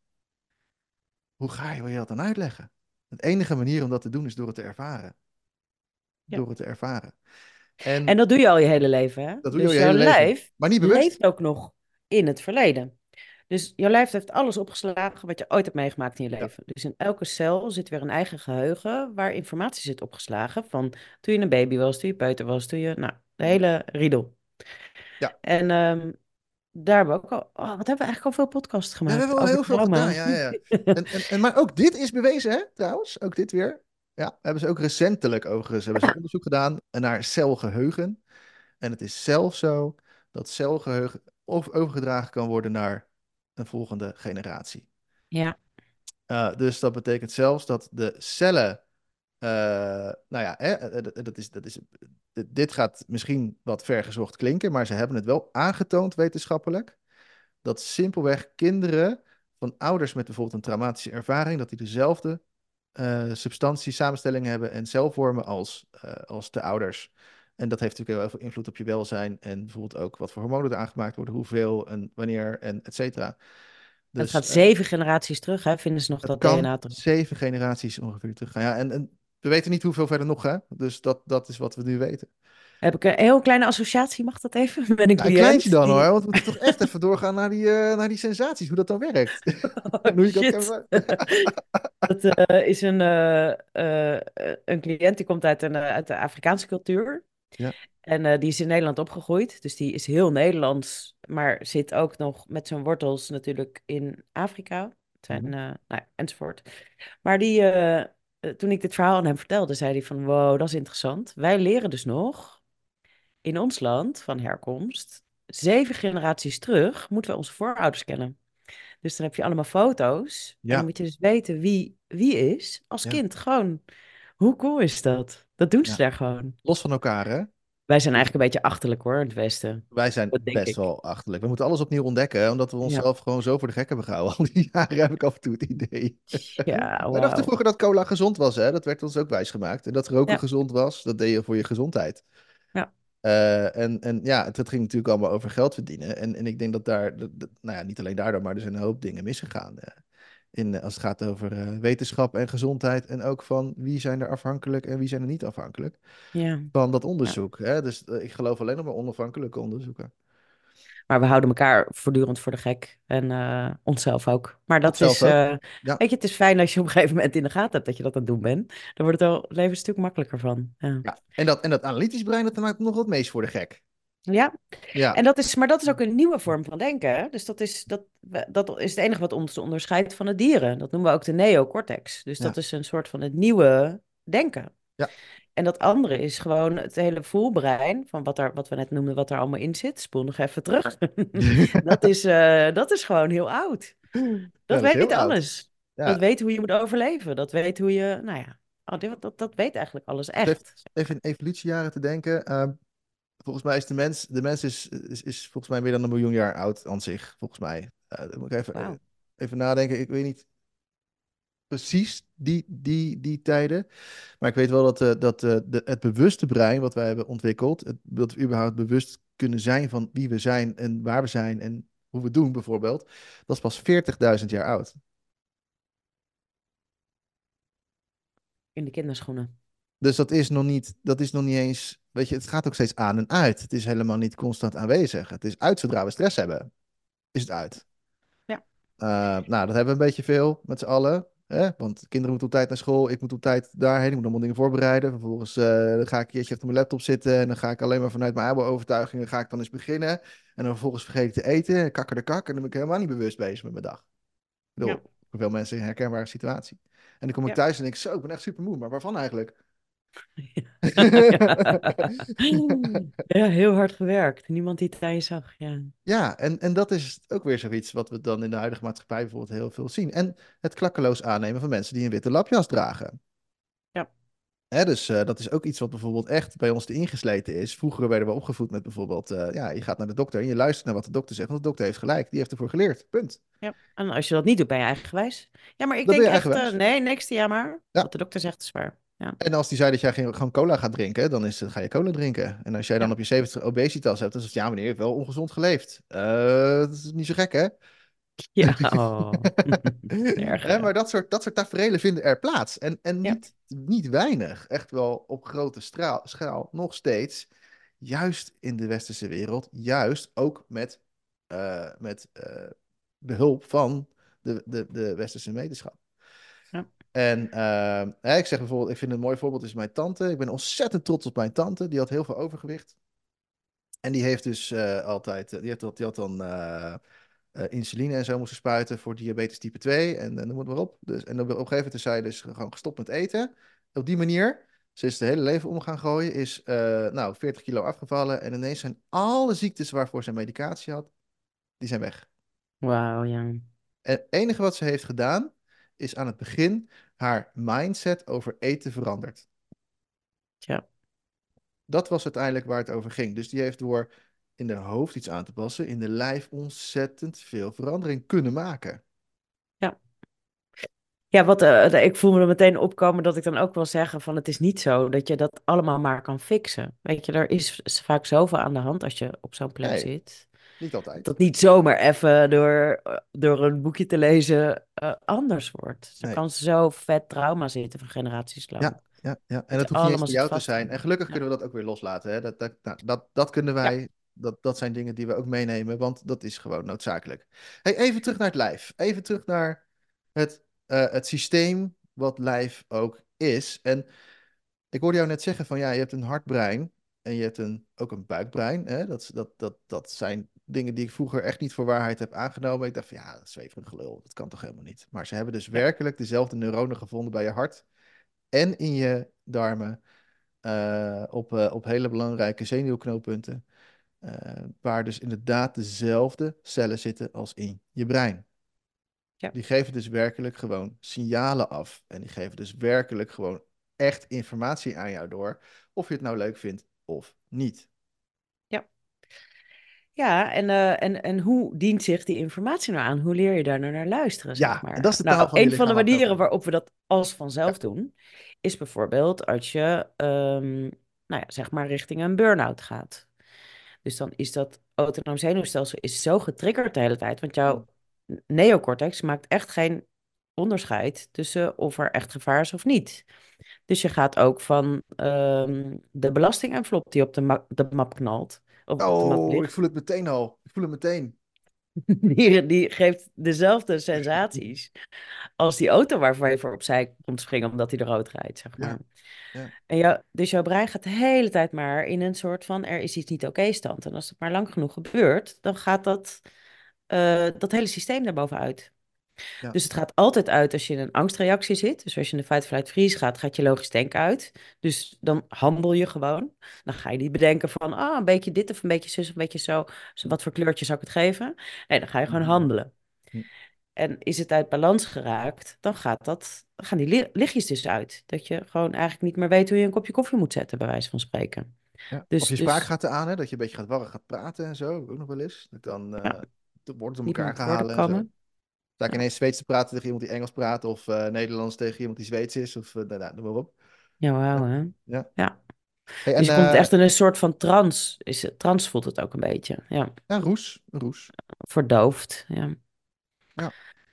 Speaker 2: Wil je dat dan uitleggen? De enige manier om dat te doen is door het te ervaren.
Speaker 1: ja.
Speaker 2: Door het te ervaren.
Speaker 1: En
Speaker 2: En
Speaker 1: dat doe je al je hele leven, hè?
Speaker 2: dat doe je al
Speaker 1: Dus
Speaker 2: je
Speaker 1: jouw
Speaker 2: hele leven.
Speaker 1: lijf
Speaker 2: Maar niet bewust.
Speaker 1: leeft ook nog in het verleden. Dus jouw lijf heeft alles opgeslagen wat je ooit hebt meegemaakt in je
Speaker 2: Ja,
Speaker 1: leven. Dus in elke cel zit weer een eigen geheugen waar informatie zit opgeslagen van toen je een baby was, toen je peuter was, toen je, nou, de hele riedel.
Speaker 2: ja.
Speaker 1: En daar hebben we ook al, wat hebben we eigenlijk al veel podcasts
Speaker 2: We hebben
Speaker 1: gemaakt
Speaker 2: wel
Speaker 1: over
Speaker 2: heel veel gedaan,
Speaker 1: trauma.
Speaker 2: ja, ja, ja. Maar ook dit is bewezen, hè, trouwens. Ook dit weer. Ja, hebben ze ook recentelijk overigens hebben ze onderzoek gedaan naar celgeheugen. En het is zelfs zo dat celgeheugen overgedragen kan worden naar een volgende generatie.
Speaker 1: Ja,
Speaker 2: Dus dat betekent zelfs dat de cellen, nou ja, dit gaat misschien wat vergezocht klinken, maar ze hebben het wel aangetoond wetenschappelijk, dat simpelweg kinderen van ouders met bijvoorbeeld een traumatische ervaring, dat die dezelfde substantie, samenstelling hebben en celvormen als de ouders. En dat heeft natuurlijk heel veel invloed op je welzijn en bijvoorbeeld ook wat voor hormonen er aangemaakt worden, hoeveel en wanneer en et cetera.
Speaker 1: het
Speaker 2: Dus
Speaker 1: gaat 7 generaties terug, hè, vinden ze nog
Speaker 2: het
Speaker 1: dat
Speaker 2: kan
Speaker 1: DNA terug.
Speaker 2: 7 generaties ongeveer teruggaan. Ja, en we weten niet hoeveel verder nog, hè? Dus dat is wat we nu weten.
Speaker 1: Heb ik een heel kleine associatie, mag dat even, met een
Speaker 2: Nou, een kleintje
Speaker 1: cliënt
Speaker 2: dan hoor,
Speaker 1: die...
Speaker 2: want we moeten toch echt even doorgaan naar die sensaties, hoe dat dan werkt.
Speaker 1: Oh,
Speaker 2: En hoe je dat kan...
Speaker 1: shit. Dat is een cliënt die komt uit de Afrikaanse cultuur.
Speaker 2: Ja.
Speaker 1: En die is in Nederland opgegroeid. Dus die is heel Nederlands, maar zit ook nog met zijn wortels natuurlijk in Afrika. Zijn,
Speaker 2: Mhm.
Speaker 1: nou ja, enzovoort. Maar toen ik dit verhaal aan hem vertelde, zei hij van... Wow, dat is interessant. Wij leren dus nog in ons land van herkomst... 7 generaties terug moeten we onze voorouders kennen. Dus dan heb je allemaal foto's. En dan
Speaker 2: Ja,
Speaker 1: moet je dus weten wie is als
Speaker 2: ja,
Speaker 1: kind. Gewoon, hoe cool is dat? Dat doen ze
Speaker 2: ja.
Speaker 1: daar gewoon.
Speaker 2: Los van elkaar, hè?
Speaker 1: Wij zijn eigenlijk een beetje achterlijk hoor, in het Westen.
Speaker 2: Wij zijn
Speaker 1: Dat denk
Speaker 2: best
Speaker 1: ik.
Speaker 2: wel achterlijk. We moeten alles opnieuw ontdekken, hè, omdat we
Speaker 1: Ja,
Speaker 2: onszelf gewoon zo voor de gek hebben gehouden. Al die jaren heb ik af en toe het idee.
Speaker 1: ja,
Speaker 2: Wij dachten
Speaker 1: wauw.
Speaker 2: vroeger dat cola gezond was, hè? Dat werd ons ook wijsgemaakt. En dat roken
Speaker 1: Ja,
Speaker 2: gezond was, dat deed je voor je gezondheid.
Speaker 1: ja,
Speaker 2: En ja, het ging natuurlijk allemaal over geld verdienen. En ik denk dat nou ja, niet alleen daardoor, maar er zijn een hoop dingen misgegaan. Als het gaat over wetenschap en gezondheid. En ook van wie zijn er afhankelijk en wie zijn er niet afhankelijk
Speaker 1: ja,
Speaker 2: van dat
Speaker 1: ja.
Speaker 2: onderzoek. Hè? Dus ik geloof alleen nog maar onafhankelijke onderzoeken.
Speaker 1: Maar we houden elkaar voortdurend voor de gek. En onszelf ook. Maar dat
Speaker 2: Onszelf
Speaker 1: is,
Speaker 2: ook. Ja.
Speaker 1: weet je, het is fijn als je op een gegeven moment in de gaten hebt dat je dat aan het doen bent. Dan wordt het leven een stuk makkelijker van. Ja.
Speaker 2: Ja. En dat analytisch brein, dat maakt nog wat meest voor de gek.
Speaker 1: Ja,
Speaker 2: Ja,
Speaker 1: en maar dat is ook een nieuwe vorm van denken. Hè? Dus dat is het enige wat ons onderscheidt van de dieren. Dat noemen we ook de neocortex. Dus dat
Speaker 2: ja,
Speaker 1: is een soort van het nieuwe denken.
Speaker 2: ja.
Speaker 1: En dat andere is gewoon het hele voelbrein, van wat we net noemden, wat er allemaal in zit. Spoel nog even terug. Dat is gewoon heel oud.
Speaker 2: Ja,
Speaker 1: Dat
Speaker 2: dat is heel
Speaker 1: weet
Speaker 2: oud.
Speaker 1: alles. Dat
Speaker 2: Ja,
Speaker 1: weet hoe je moet overleven. Dat weet hoe je, nou ja, dat weet eigenlijk alles
Speaker 2: het heeft
Speaker 1: echt.
Speaker 2: even in evolutiejaren te denken. Volgens mij is de mens is volgens mij meer dan 1 miljoen jaar oud aan zich, volgens mij. Dan moet ik
Speaker 1: Wauw.
Speaker 2: even nadenken. Ik weet niet precies die tijden. Maar ik weet wel het bewuste brein wat wij hebben ontwikkeld, dat we überhaupt bewust kunnen zijn van wie we zijn en waar we zijn en hoe we het doen bijvoorbeeld, dat is pas 40.000 jaar oud.
Speaker 1: In de kinderschoenen.
Speaker 2: Dus dat is nog niet eens, weet je, het gaat ook steeds aan en uit. Het is helemaal niet constant aanwezig. Het is uit zodra we stress hebben, is het uit.
Speaker 1: Ja,
Speaker 2: Nou, dat hebben we een beetje veel met z'n allen. Hè? Want de kinderen moeten op tijd naar school, ik moet op tijd daarheen, ik moet allemaal dingen voorbereiden. Vervolgens dan ga ik een keertje achter mijn laptop zitten en dan ga ik alleen maar vanuit mijn oude overtuigingen ga ik dan eens beginnen. En dan vervolgens vergeet ik te eten, kakker de kak en dan ben ik helemaal niet bewust bezig met mijn dag. Ik
Speaker 1: ja,
Speaker 2: bedoel, voor veel mensen een herkenbare situatie. En dan kom ik
Speaker 1: ja.
Speaker 2: thuis en denk ik, zo, ik ben echt super moe, maar waarvan eigenlijk?
Speaker 1: Ja, heel hard gewerkt. Niemand die het aan je zag. Ja,
Speaker 2: Ja, en dat is ook weer zoiets wat we dan in de huidige maatschappij bijvoorbeeld heel veel zien. En het klakkeloos aannemen van mensen die een witte lapjas dragen.
Speaker 1: ja,
Speaker 2: Hè, dus dat is ook iets wat bijvoorbeeld echt bij ons te ingesleten is. Vroeger werden we opgevoed met bijvoorbeeld, ja, je gaat naar de dokter en je luistert naar wat de dokter zegt, want de dokter heeft gelijk, die heeft ervoor geleerd, punt.
Speaker 1: ja. En als je dat niet doet, ben je eigenwijs. Ja, maar ik
Speaker 2: Dat ben
Speaker 1: denk
Speaker 2: je
Speaker 1: echt,
Speaker 2: eigenwijs.
Speaker 1: nee, niks, ja maar.
Speaker 2: Ja.
Speaker 1: Wat de dokter zegt is waar. Ja,
Speaker 2: En als die zei dat jij gewoon cola gaat drinken, dan ga je cola drinken. En als jij dan
Speaker 1: ja,
Speaker 2: op je 70 obesitas hebt, dan is het ja, meneer, je heeft wel ongezond geleefd. Dat is niet zo gek, hè?
Speaker 1: ja. Oh. Erg,
Speaker 2: Hè,
Speaker 1: hè?
Speaker 2: maar dat soort tafereelen vinden er plaats. En
Speaker 1: Ja,
Speaker 2: niet weinig. Echt wel op grote schaal. Nog steeds. Juist in de westerse wereld. Juist ook met behulp van de westerse wetenschap.
Speaker 1: ja.
Speaker 2: En hè, ik zeg bijvoorbeeld, ik vind een mooi voorbeeld is mijn tante. Ik ben ontzettend trots op mijn tante. Die had heel veel overgewicht. En die heeft dus altijd, die had dan insuline en zo moesten spuiten voor diabetes type 2 en noem het maar op. Dus, en dan op een gegeven moment is zij dus gewoon gestopt met eten. Op die manier, ze is het hele leven om gaan gooien, is 40 kilo afgevallen en ineens zijn alle ziektes waarvoor ze medicatie had, die zijn weg.
Speaker 1: Wauw, ja.
Speaker 2: En het enige wat ze heeft gedaan, is aan het begin haar mindset over eten veranderd.
Speaker 1: Ja,
Speaker 2: Dat was uiteindelijk waar het over ging. Dus die heeft door in de hoofd iets aan te passen, in de lijf ontzettend veel verandering kunnen maken.
Speaker 1: ja. Ja, ik voel me er meteen opkomen dat ik dan ook wil zeggen van het is niet zo dat je dat allemaal maar kan fixen. Weet je, er is vaak zoveel aan de hand als je op zo'n plek
Speaker 2: Nee,
Speaker 1: zit.
Speaker 2: niet
Speaker 1: Dat
Speaker 2: altijd.
Speaker 1: dat niet zomaar even door een boekje te lezen anders wordt. Dus er
Speaker 2: Nee.
Speaker 1: kan zo vet trauma zitten van generaties lang.
Speaker 2: Ja. En
Speaker 1: Dat
Speaker 2: dat
Speaker 1: je
Speaker 2: hoeft niet eens
Speaker 1: allemaal
Speaker 2: voor
Speaker 1: zit
Speaker 2: jou te
Speaker 1: vast te
Speaker 2: zijn. En
Speaker 1: houden.
Speaker 2: gelukkig
Speaker 1: Ja,
Speaker 2: kunnen we dat ook weer loslaten. Hè? Dat kunnen
Speaker 1: ja,
Speaker 2: wij. Dat zijn dingen die we ook meenemen, want dat is gewoon noodzakelijk. Hey, even terug naar het lijf. Even terug naar het systeem wat lijf ook is. En ik hoorde jou net zeggen van ja, je hebt een hartbrein en je hebt ook een buikbrein. Hè? Dat zijn dingen die ik vroeger echt niet voor waarheid heb aangenomen. Ik dacht van ja, dat is zweverig gelul. Dat kan toch helemaal niet. Maar ze hebben dus
Speaker 1: ja,
Speaker 2: werkelijk dezelfde neuronen gevonden bij je hart en in je darmen op hele belangrijke zenuwknooppunten, waar dus inderdaad dezelfde cellen zitten als in je brein.
Speaker 1: ja,
Speaker 2: Die geven dus werkelijk gewoon signalen af. En die geven dus werkelijk gewoon echt informatie aan jou door, of je het nou leuk vindt of niet.
Speaker 1: ja. Ja, en hoe dient zich die informatie nou aan? Hoe leer je daar nou naar luisteren, zeg
Speaker 2: Ja, en dat is
Speaker 1: maar?
Speaker 2: de taal
Speaker 1: Nou,
Speaker 2: van je
Speaker 1: een van de
Speaker 2: lichaam waar ik het over
Speaker 1: manieren
Speaker 2: heb.
Speaker 1: waarop we dat als
Speaker 2: Ja.
Speaker 1: vanzelf doen, is bijvoorbeeld als je, nou ja, zeg maar richting een burn-out gaat. Dus dan is dat autonoom zenuwstelsel is zo getriggerd de hele tijd, want
Speaker 2: Mm.
Speaker 1: jouw neocortex maakt echt geen onderscheid tussen of er echt gevaar is of niet. Dus je gaat ook van de belastingenvelop die op de map knalt, of op de mat
Speaker 2: Oh, ik
Speaker 1: ligt.
Speaker 2: voel het meteen al. Ik voel het meteen.
Speaker 1: Die geeft dezelfde sensaties als die auto waarvan je voor opzij komt springen omdat hij de rood rijdt, zeg maar.
Speaker 2: Ja, ja.
Speaker 1: En dus jouw brein gaat de hele tijd maar in een soort van er is iets niet oké stand. En als het maar lang genoeg gebeurt, dan gaat dat hele systeem daarboven uit.
Speaker 2: Ja.
Speaker 1: Dus het gaat altijd uit als je in een angstreactie zit. Dus als je in de fight-flight-freeze gaat, gaat je logisch denken uit. Dus dan handel je gewoon. Dan ga je niet bedenken van, een beetje dit of een beetje zus of een beetje zo. Dus wat voor kleurtje zou ik het geven? Nee, dan ga je gewoon handelen. En is het uit balans geraakt, dan gaan die lichtjes dus uit. Dat je gewoon eigenlijk niet meer weet hoe je een kopje koffie moet zetten, bij wijze van spreken.
Speaker 2: Ja. Of
Speaker 1: Dus,
Speaker 2: je spraak
Speaker 1: dus
Speaker 2: gaat aan, hè, dat je een beetje gaat warren, gaat praten en zo. Ook nog wel eens. Dat dan
Speaker 1: ja,
Speaker 2: de woorden door
Speaker 1: niet meer
Speaker 2: elkaar
Speaker 1: op
Speaker 2: gaan
Speaker 1: woorden
Speaker 2: halen en zo.
Speaker 1: komen.
Speaker 2: Sta ik
Speaker 1: Ja,
Speaker 2: ineens Zweeds te praten tegen iemand die Engels praat. Of Nederlands tegen iemand die Zweeds is. Of nou, noem maar op.
Speaker 1: ja
Speaker 2: Ja.
Speaker 1: wauw, hè?
Speaker 2: Ja.
Speaker 1: Ja.
Speaker 2: Hey,
Speaker 1: Dus
Speaker 2: en
Speaker 1: je komt echt in een soort van trance. Trance voelt het ook een beetje. Ja,
Speaker 2: ja, roes. Een roes.
Speaker 1: verdoofd. Ja.
Speaker 2: Ja.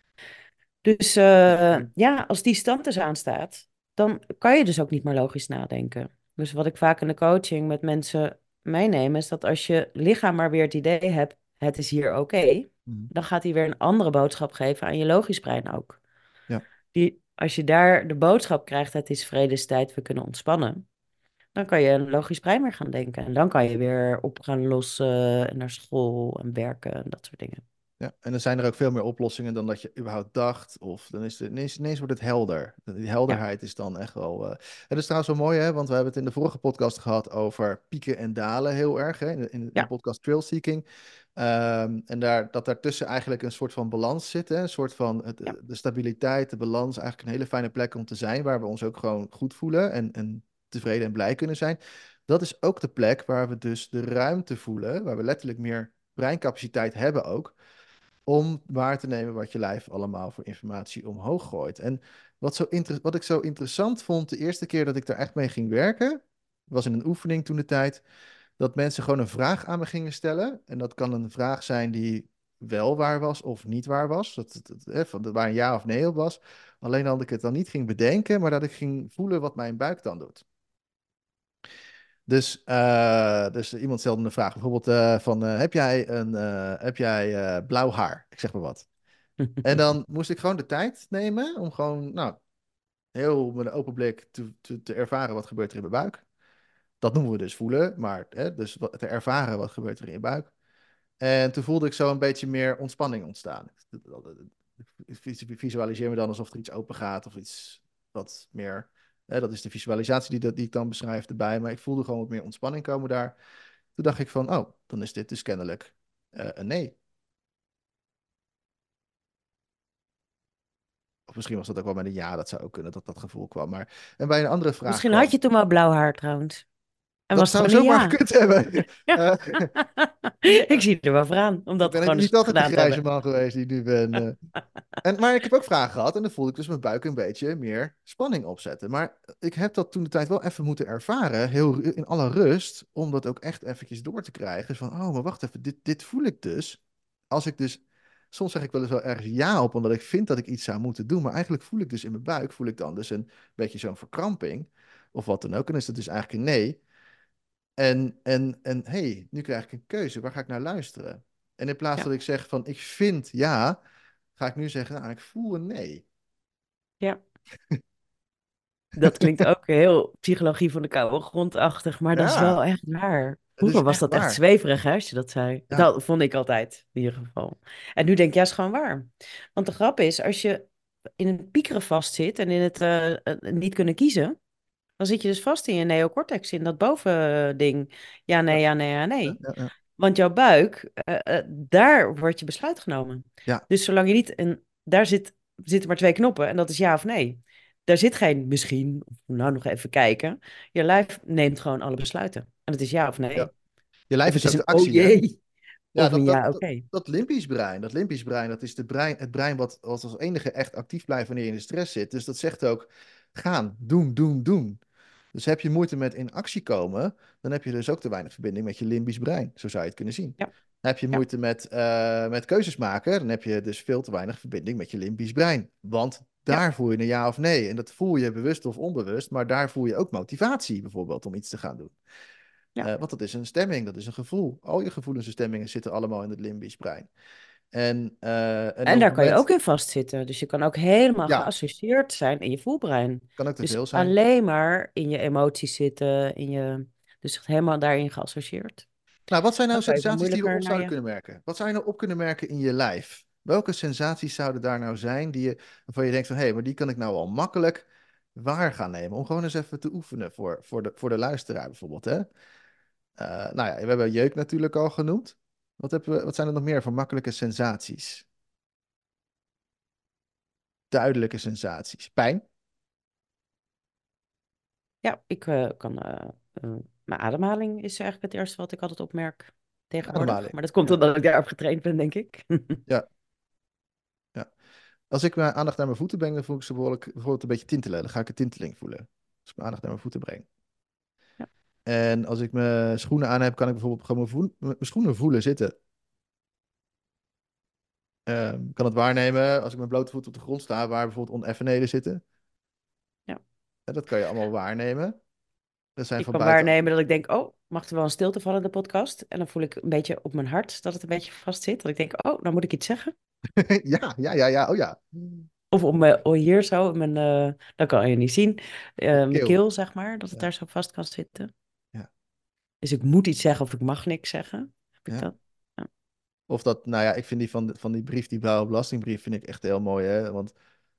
Speaker 1: Dus ja, als die stand dus aanstaat, dan kan je dus ook niet meer logisch nadenken. Dus wat ik vaak in de coaching met mensen meeneem, is dat als je lichaam maar weer het idee hebt, het is hier oké,
Speaker 2: Mhm.
Speaker 1: dan gaat hij weer een andere boodschap geven aan je logisch brein ook.
Speaker 2: Ja.
Speaker 1: Als je daar de boodschap krijgt, het is vredestijd, we kunnen ontspannen, dan kan je een logisch brein weer gaan denken. En dan kan je weer op gaan lossen en naar school en werken en dat soort dingen.
Speaker 2: Ja, en dan zijn er ook veel meer oplossingen dan dat je überhaupt dacht. Of dan is het ineens wordt het helder. Die
Speaker 1: Ja,
Speaker 2: helderheid is dan echt wel. En dat is trouwens wel mooi, hè? Want we hebben het in de vorige podcast gehad over pieken en dalen heel erg. Hè? In de
Speaker 1: ja,
Speaker 2: podcast Trail Seeking. En dat daartussen eigenlijk een soort van balans zit. Hè? Een soort van
Speaker 1: ja,
Speaker 2: de stabiliteit, de balans. Eigenlijk een hele fijne plek om te zijn. Waar we ons ook gewoon goed voelen en tevreden en blij kunnen zijn. Dat is ook de plek waar we dus de ruimte voelen. Waar we letterlijk meer breincapaciteit hebben ook om waar te nemen wat je lijf allemaal voor informatie omhoog gooit. En wat ik zo interessant vond de eerste keer dat ik daar echt mee ging werken, was in een oefening toen de tijd, dat mensen gewoon een vraag aan me gingen stellen. En dat kan een vraag zijn die wel waar was of niet waar was. Waar een ja of nee op was. Alleen dat ik het dan niet ging bedenken, maar dat ik ging voelen wat mijn buik dan doet. Dus iemand stelde een vraag, bijvoorbeeld heb jij blauw haar? Ik zeg maar wat. En dan moest ik gewoon de tijd nemen om gewoon, nou, heel met een open blik te ervaren wat gebeurt er in mijn buik. Dat noemen we dus voelen, maar dus te ervaren wat gebeurt er in je buik. En toen voelde ik zo een beetje meer ontspanning ontstaan. Ik visualiseer me dan alsof er iets open gaat of iets wat meer. Dat is de visualisatie die ik dan beschrijf erbij. Maar ik voelde gewoon wat meer ontspanning komen daar. Toen dacht ik van, oh, dan is dit dus kennelijk een nee. Of misschien was dat ook wel met een ja, dat zou ook kunnen dat dat gevoel kwam. En bij een andere vraag
Speaker 1: Misschien had
Speaker 2: kwam.
Speaker 1: je toen wel blauw haar trouwens. En
Speaker 2: Dat
Speaker 1: was het
Speaker 2: zou
Speaker 1: gewoon een
Speaker 2: zomaar
Speaker 1: ja.
Speaker 2: gekund hebben.
Speaker 1: Ja.
Speaker 2: Eh,
Speaker 1: Ik zie er wel voor aan, om
Speaker 2: ik
Speaker 1: dat
Speaker 2: ben
Speaker 1: gewoon eens
Speaker 2: niet
Speaker 1: goed
Speaker 2: altijd de
Speaker 1: gedaan te
Speaker 2: grijze
Speaker 1: hebben.
Speaker 2: man geweest die ik nu ben. Maar ik heb ook vragen gehad en dan voelde ik dus mijn buik een beetje meer spanning opzetten. Maar ik heb dat toen de tijd wel even moeten ervaren, in alle rust, om dat ook echt eventjes door te krijgen. Van, oh, maar wacht even, dit voel ik dus. Als ik dus, soms zeg ik wel eens wel ergens ja op, omdat ik vind dat ik iets zou moeten doen. Maar eigenlijk voel ik dus in mijn buik, voel ik dan dus een beetje zo'n verkramping. Of wat dan ook. En dan is het dus eigenlijk een nee. En hey, nu krijg ik een keuze. Waar ga ik naar luisteren? En in plaats
Speaker 1: Ja,
Speaker 2: dat ik zeg van ik vind ja, ga ik nu zeggen, nou, ik voel een nee.
Speaker 1: ja. Dat klinkt ook heel psychologie van de koude grondachtig, maar dat is
Speaker 2: Ja,
Speaker 1: wel echt waar.
Speaker 2: het is
Speaker 1: Vroeger was
Speaker 2: echt
Speaker 1: dat echt
Speaker 2: waar.
Speaker 1: zweverig, hè, als je dat zei.
Speaker 2: Ja,
Speaker 1: Dat vond ik altijd, in ieder geval. En nu denk ik, ja, is gewoon waar. Want de grap is, als je in een piekeren vastzit en in het niet kunnen kiezen, dan zit je dus vast in je neocortex, in dat bovending. Ja, nee,
Speaker 2: ja,
Speaker 1: ja, nee, ja,
Speaker 2: ja,
Speaker 1: nee.
Speaker 2: ja, ja.
Speaker 1: Want jouw buik, daar wordt je besluit genomen.
Speaker 2: Ja,
Speaker 1: Dus zolang je niet, en daar zitten maar twee knoppen en dat is ja of nee. Daar zit geen misschien, of nou nog even kijken. Je lijf neemt gewoon alle besluiten. En het is ja of
Speaker 2: ja.
Speaker 1: nee.
Speaker 2: Je
Speaker 1: Of
Speaker 2: lijf
Speaker 1: het
Speaker 2: is
Speaker 1: is
Speaker 2: ook de
Speaker 1: een oh
Speaker 2: actie, hè?
Speaker 1: jee,
Speaker 2: Ja,
Speaker 1: of een ja, oké.
Speaker 2: dat limbisch brein, dat is het brein wat als enige echt actief blijft wanneer je in de stress zit. Dus dat zegt ook gaan, doen, doen, doen. Dus heb je moeite met in actie komen, dan heb je dus ook te weinig verbinding met je limbisch brein. Zo zou je het kunnen zien.
Speaker 1: Ja,
Speaker 2: Heb je
Speaker 1: ja,
Speaker 2: moeite met keuzes maken, dan heb je dus veel te weinig verbinding met je limbisch brein. Want
Speaker 1: ja,
Speaker 2: daar voel je een ja of nee. En dat voel je bewust of onbewust, maar daar voel je ook motivatie bijvoorbeeld om iets te gaan doen.
Speaker 1: ja,
Speaker 2: Want dat is een stemming, dat is een gevoel. Al je gevoelens en stemmingen zitten allemaal in het limbisch brein. En
Speaker 1: En
Speaker 2: op het
Speaker 1: daar kan je
Speaker 2: moment,
Speaker 1: ook in vastzitten. Dus je kan ook helemaal
Speaker 2: ja,
Speaker 1: geassocieerd zijn in je voelbrein.
Speaker 2: kan ook te
Speaker 1: Dus
Speaker 2: veel zijn.
Speaker 1: alleen maar in je emoties zitten, dus echt helemaal daarin geassocieerd.
Speaker 2: Nou, wat zijn nou
Speaker 1: Dan kan je veel
Speaker 2: sensaties die we
Speaker 1: moeilijker
Speaker 2: op
Speaker 1: naar
Speaker 2: zouden
Speaker 1: je.
Speaker 2: kunnen merken? Wat zou je nou op kunnen merken in je lijf? Welke sensaties zouden daar nou zijn waarvan je denkt van, hé, maar die kan ik nou al makkelijk waar gaan nemen, om gewoon eens even te oefenen voor de luisteraar bijvoorbeeld, hè? Nou ja, we hebben jeuk natuurlijk al genoemd. Wat zijn er nog meer voor makkelijke sensaties? Duidelijke sensaties. Pijn,
Speaker 1: Ja, ik kan. Mijn ademhaling is eigenlijk het eerste wat ik altijd opmerk tegenwoordig.
Speaker 2: ademhaling.
Speaker 1: Maar dat komt
Speaker 2: Ja,
Speaker 1: omdat ik daarop getraind ben, denk ik.
Speaker 2: ja, ja. Als ik mijn aandacht naar mijn voeten breng, dan voel ik ze bijvoorbeeld een beetje tintelen. Dan ga ik een tinteling voelen. Als ik mijn aandacht naar mijn voeten breng.
Speaker 1: Ja,
Speaker 2: En als ik mijn schoenen aan heb, kan ik bijvoorbeeld gewoon mijn schoenen voelen zitten. Ik kan het waarnemen als ik met blote voeten op de grond sta, waar bijvoorbeeld oneffenheden zitten.
Speaker 1: ja.
Speaker 2: Dat kan je allemaal waarnemen. Dat zijn
Speaker 1: Ik
Speaker 2: van
Speaker 1: kan
Speaker 2: buiten.
Speaker 1: waarnemen dat ik denk, oh, mag er wel een stilte vallen in de podcast? En dan voel ik een beetje op mijn hart dat het een beetje vast zit. Dat ik denk, oh, nou moet ik iets zeggen.
Speaker 2: Ja, ja, ja, ja. Oh ja.
Speaker 1: Of op mijn, oh, hier zo, dat kan je niet zien, mijn
Speaker 2: Keel.
Speaker 1: keel, zeg maar, dat het
Speaker 2: Ja,
Speaker 1: daar zo vast kan zitten.
Speaker 2: ja,
Speaker 1: Dus ik moet iets zeggen of ik mag niks zeggen. Heb ik
Speaker 2: ja.
Speaker 1: dat? Ja.
Speaker 2: Of dat, nou ja, ik vind die van die brief, die blauwe belastingbrief, vind ik echt heel mooi, hè? Want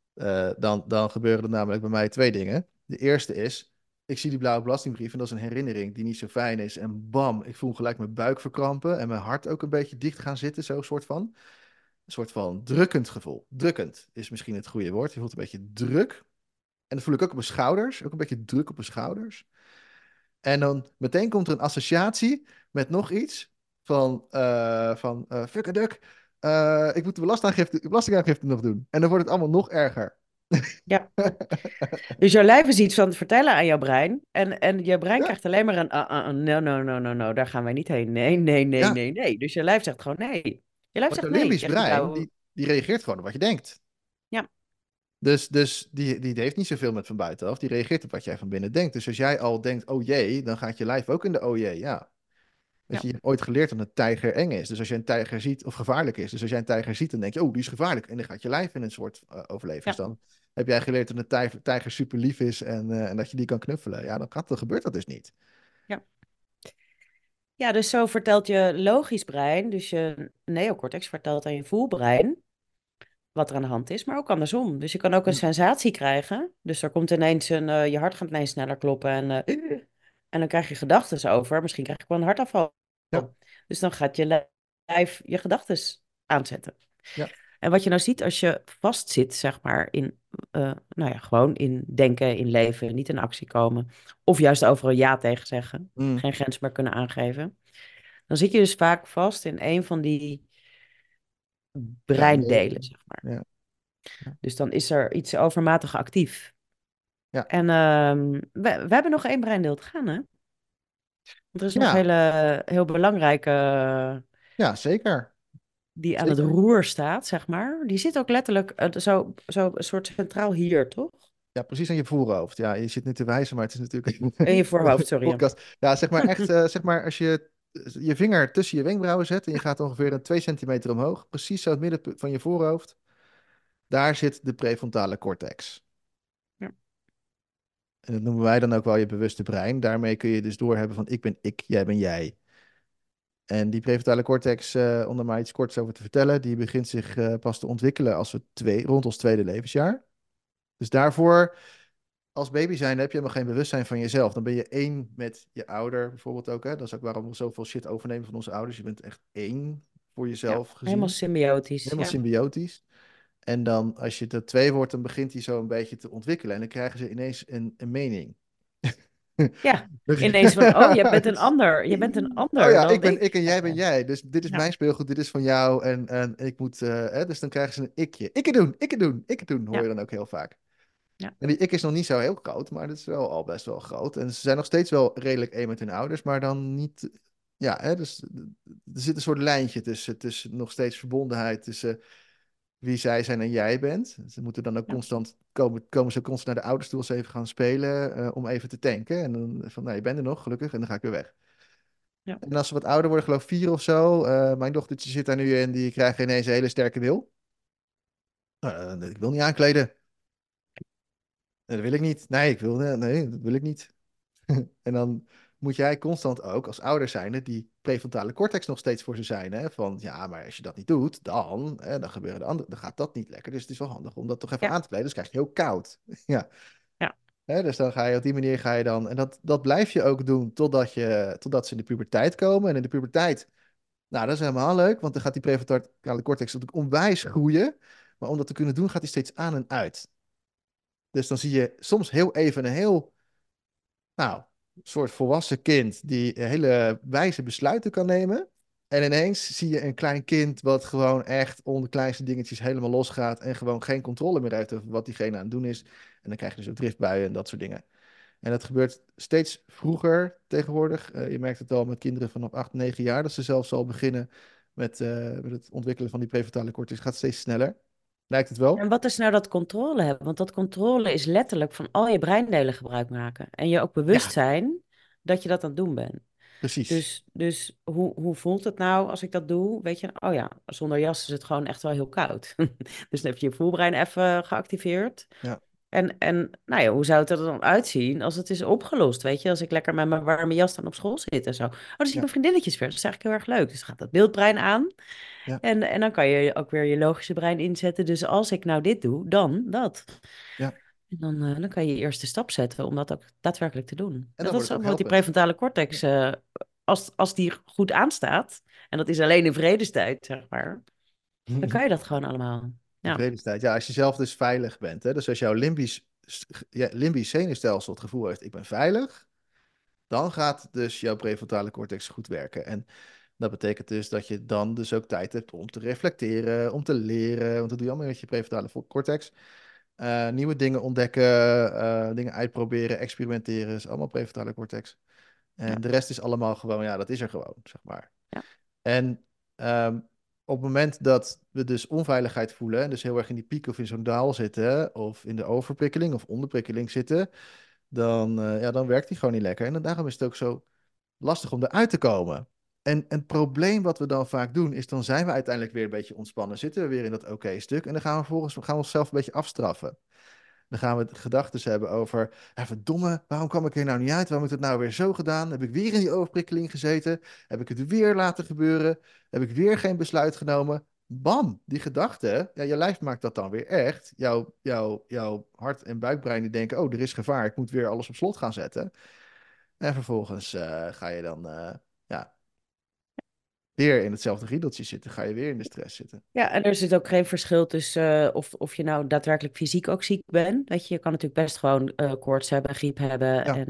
Speaker 2: dan gebeuren er namelijk bij mij twee dingen. De eerste is, ik zie die blauwe belastingbrief en dat is een herinnering die niet zo fijn is. En bam, ik voel gelijk mijn buik verkrampen en mijn hart ook een beetje dicht gaan zitten, zo soort van. Een soort van drukkend gevoel. Drukkend is misschien het goede woord. Je voelt een beetje druk. En dat voel ik ook op mijn schouders. Ook een beetje druk op mijn schouders. En dan meteen komt er een associatie met nog iets van fuck a duck. Ik moet de belastingaangifte nog doen. En dan wordt het allemaal nog erger.
Speaker 1: Ja. Dus jouw lijf is iets van het vertellen aan jouw brein. En je brein
Speaker 2: Ja,
Speaker 1: krijgt alleen maar een no, no, no, no, no, daar gaan wij niet heen. Nee, nee, nee,
Speaker 2: ja.
Speaker 1: nee, nee. Dus je lijf zegt gewoon nee. Je lijf
Speaker 2: Want
Speaker 1: zegt
Speaker 2: je
Speaker 1: nee
Speaker 2: limbisch
Speaker 1: tegen die
Speaker 2: brein,
Speaker 1: blauwe.
Speaker 2: die reageert gewoon op wat je denkt.
Speaker 1: Ja,
Speaker 2: Dus die heeft niet zoveel met van buitenaf. Die reageert op wat jij van binnen denkt. Dus als jij al denkt, oh jee, dan gaat je lijf ook in de oh jee, ja. Weet je,
Speaker 1: ja,
Speaker 2: je hebt ooit geleerd dat een tijger eng is. Dus als je een tijger ziet, of gevaarlijk is. Dus als jij een tijger ziet, dan denk je, oh, die is gevaarlijk. En dan gaat je lijf in een soort
Speaker 1: ja,
Speaker 2: overlevingsstand. Heb jij geleerd dat een tijger super lief is en dat je die kan knuffelen? Ja, dan gebeurt dat dus niet.
Speaker 1: ja. Ja, dus zo vertelt je logisch brein, dus je neocortex vertelt aan je voelbrein wat er aan de hand is, maar ook andersom. Dus je kan ook een
Speaker 2: Ja,
Speaker 1: sensatie krijgen. Dus er komt ineens je hart gaat ineens sneller kloppen en dan krijg je gedachten over. Misschien krijg ik wel een hartaanval.
Speaker 2: ja,
Speaker 1: Dus dan gaat je lijf je gedachten aanzetten.
Speaker 2: ja.
Speaker 1: En wat je nou ziet als je vastzit, zeg maar, nou ja, gewoon in denken, in leven, niet in actie komen. Of juist overal ja tegen zeggen,
Speaker 2: Mm,
Speaker 1: geen grens meer kunnen aangeven. Dan zit je dus vaak vast in een van die breindelen,
Speaker 2: breindelen.
Speaker 1: zeg maar.
Speaker 2: Ja, ja,
Speaker 1: Dus dan is er iets overmatig actief.
Speaker 2: ja.
Speaker 1: En we hebben nog één breindeel te gaan, hè? Want er is nog
Speaker 2: Ja,
Speaker 1: heel belangrijke
Speaker 2: ja, zeker.
Speaker 1: die aan het
Speaker 2: Zeker.
Speaker 1: roer staat, zeg maar. Die zit ook letterlijk zo een soort centraal hier, toch?
Speaker 2: Ja, precies aan je voorhoofd. Ja, je zit nu te wijzen, maar het is natuurlijk
Speaker 1: In je
Speaker 2: een
Speaker 1: voorhoofd, sorry. Ja.
Speaker 2: podcast. Ja, zeg maar echt, zeg maar als je je vinger tussen je wenkbrauwen zet en je gaat ongeveer een 2 centimeter omhoog, precies zo het midden van je voorhoofd, daar zit de prefrontale cortex.
Speaker 1: Ja.
Speaker 2: En dat noemen wij dan ook wel je bewuste brein. Daarmee kun je dus doorhebben van ik ben ik, jij ben jij. En die prefrontale cortex, om er maar iets korts over te vertellen, die begint zich pas te ontwikkelen als we rond ons tweede levensjaar. Dus daarvoor, als baby zijn, heb je helemaal geen bewustzijn van jezelf. Dan ben je één met je ouder bijvoorbeeld ook. Hè? Dat is ook waarom we zoveel shit overnemen van onze ouders. Je bent echt één voor
Speaker 1: Ja,
Speaker 2: jezelf
Speaker 1: helemaal
Speaker 2: gezien.
Speaker 1: symbiotisch.
Speaker 2: Helemaal
Speaker 1: Ja,
Speaker 2: symbiotisch. En dan als je er twee wordt, dan begint hij zo een beetje te ontwikkelen. En dan krijgen ze ineens een mening.
Speaker 1: ja. Ineens van, oh, je bent een ander. Je bent een
Speaker 2: Oh
Speaker 1: ander
Speaker 2: ja, ik
Speaker 1: dan
Speaker 2: ben
Speaker 1: ik.
Speaker 2: ik en jij ben
Speaker 1: zeggen.
Speaker 2: jij. Dus dit is
Speaker 1: Ja,
Speaker 2: mijn speelgoed, dit is van jou. En ik moet, hè, dus dan krijgen ze een ikje. Ikke doen, ikke doen, ikke doen, hoor je
Speaker 1: ja,
Speaker 2: dan ook heel vaak.
Speaker 1: ja,
Speaker 2: En die ik is nog niet zo heel groot, maar dat is wel al best wel groot. En ze zijn nog steeds wel redelijk één met hun ouders, maar dan niet. Ja, hè, dus er zit een soort lijntje tussen nog steeds verbondenheid tussen wie zij zijn en jij bent. Ze moeten dan ook
Speaker 1: ja,
Speaker 2: constant komen ze constant naar de ouders toe als ze even gaan spelen om even te tanken. En dan van, nou, je bent er nog, gelukkig, en dan ga ik weer weg.
Speaker 1: ja.
Speaker 2: En als ze wat ouder worden, geloof ik 4 of zo. Mijn dochtertje zit daar nu in, die krijgt ineens een hele sterke wil. Ik wil niet aankleden. Dat wil ik niet. Nee, nee, dat wil ik niet. En dan moet jij constant ook als ouder zijnde die prefrontale cortex nog steeds voor ze zijn. Hè? Van ja, maar als je dat niet doet, dan gebeuren de andere, dan gaat dat niet lekker. Dus het is wel handig om dat toch even
Speaker 1: Ja,
Speaker 2: aan te kleden. Dus krijg je heel koud. Ja.
Speaker 1: ja.
Speaker 2: Hè? Dus dan ga je op die manier ga je dan. En dat blijf je ook doen totdat ze in de puberteit komen. En in de puberteit, nou, dat is helemaal leuk, want dan gaat die prefrontale cortex natuurlijk onwijs groeien. Maar om dat te kunnen doen, gaat hij steeds aan en uit. Dus dan zie je soms heel even een heel, nou, soort volwassen kind die hele wijze besluiten kan nemen. En ineens zie je een klein kind wat gewoon echt onder de kleinste dingetjes helemaal losgaat en gewoon geen controle meer heeft over wat diegene aan het doen is. En dan krijg je dus ook driftbuien en dat soort dingen. En dat gebeurt steeds vroeger tegenwoordig. Je merkt het al met kinderen vanaf 8, 9 jaar, dat ze zelfs al beginnen met het ontwikkelen van die prefrontale cortex. Het gaat steeds sneller. Lijkt het
Speaker 1: En
Speaker 2: wel?
Speaker 1: wat is nou dat controle hebben? Want dat controle is letterlijk van al je breindelen gebruik maken. En je ook bewust
Speaker 2: Ja,
Speaker 1: zijn dat je dat aan het doen bent.
Speaker 2: precies.
Speaker 1: Dus hoe voelt het nou als ik dat doe? Weet je, oh ja, zonder jas is het gewoon echt wel heel koud. Dus dan heb je je voelbrein even geactiveerd.
Speaker 2: Ja,
Speaker 1: En nou ja, hoe zou het er dan uitzien als het is opgelost? Weet je, als ik lekker met mijn warme jas dan op school zit en zo. Oh, dan zie ik
Speaker 2: ja,
Speaker 1: mijn vriendinnetjes weer. Dat is eigenlijk heel erg leuk. Dus gaat dat beeldbrein aan.
Speaker 2: ja,
Speaker 1: En dan kan je ook weer je logische brein inzetten. Dus als ik nou dit doe, dan dat.
Speaker 2: ja.
Speaker 1: En dan kan je je eerste stap zetten om dat ook daadwerkelijk te doen.
Speaker 2: En dan
Speaker 1: Dat
Speaker 2: wordt
Speaker 1: is
Speaker 2: het
Speaker 1: ook
Speaker 2: ook
Speaker 1: wat die
Speaker 2: helpend.
Speaker 1: prefrontale cortex, als die goed aanstaat, en dat is alleen in vredestijd, zeg maar, dan kan je dat gewoon allemaal.
Speaker 2: In
Speaker 1: Ja,
Speaker 2: vredestijd. Ja, als je zelf dus veilig bent. Hè? Dus als jouw limbisch zenuwstelsel het gevoel heeft, ik ben veilig, dan gaat dus jouw prefrontale cortex goed werken. En dat betekent dus dat je dan dus ook tijd hebt om te reflecteren, om te leren. Want dat doe je allemaal met je prefrontale cortex. Nieuwe dingen ontdekken, dingen uitproberen, experimenteren. Is allemaal prefrontale cortex.
Speaker 1: ja,
Speaker 2: En de rest is allemaal gewoon, ja, dat is er gewoon, zeg maar.
Speaker 1: ja,
Speaker 2: En ehm, op het moment dat we dus onveiligheid voelen, en dus heel erg in die piek of in zo'n daal zitten, of in de overprikkeling of onderprikkeling zitten, dan werkt die gewoon niet lekker. En daarom is het ook zo lastig om eruit te komen. En het probleem wat we dan vaak doen, is dan zijn we uiteindelijk weer een beetje ontspannen. Zitten we weer in dat oké-stuk. En dan gaan we vervolgens gaan we onszelf een beetje afstraffen. Dan gaan we gedachten hebben over, ja, verdomme, waarom kwam ik hier nou niet uit? Waarom heb ik het nou weer zo gedaan? Heb ik weer in die overprikkeling gezeten? Heb ik het weer laten gebeuren? Heb ik weer geen besluit genomen? Bam, die gedachte, ja, je lijf maakt dat dan weer echt. Jouw hart en buikbrein die denken, oh, er is gevaar, ik moet weer alles op slot gaan zetten. En vervolgens ga je dan ja, weer in hetzelfde riedeltje zitten, ga je weer in de stress zitten.
Speaker 1: ja, en er zit ook geen verschil tussen of je nou daadwerkelijk fysiek ook ziek bent. Weet je, je kan natuurlijk best gewoon koorts hebben, griep hebben.
Speaker 2: Ja,
Speaker 1: En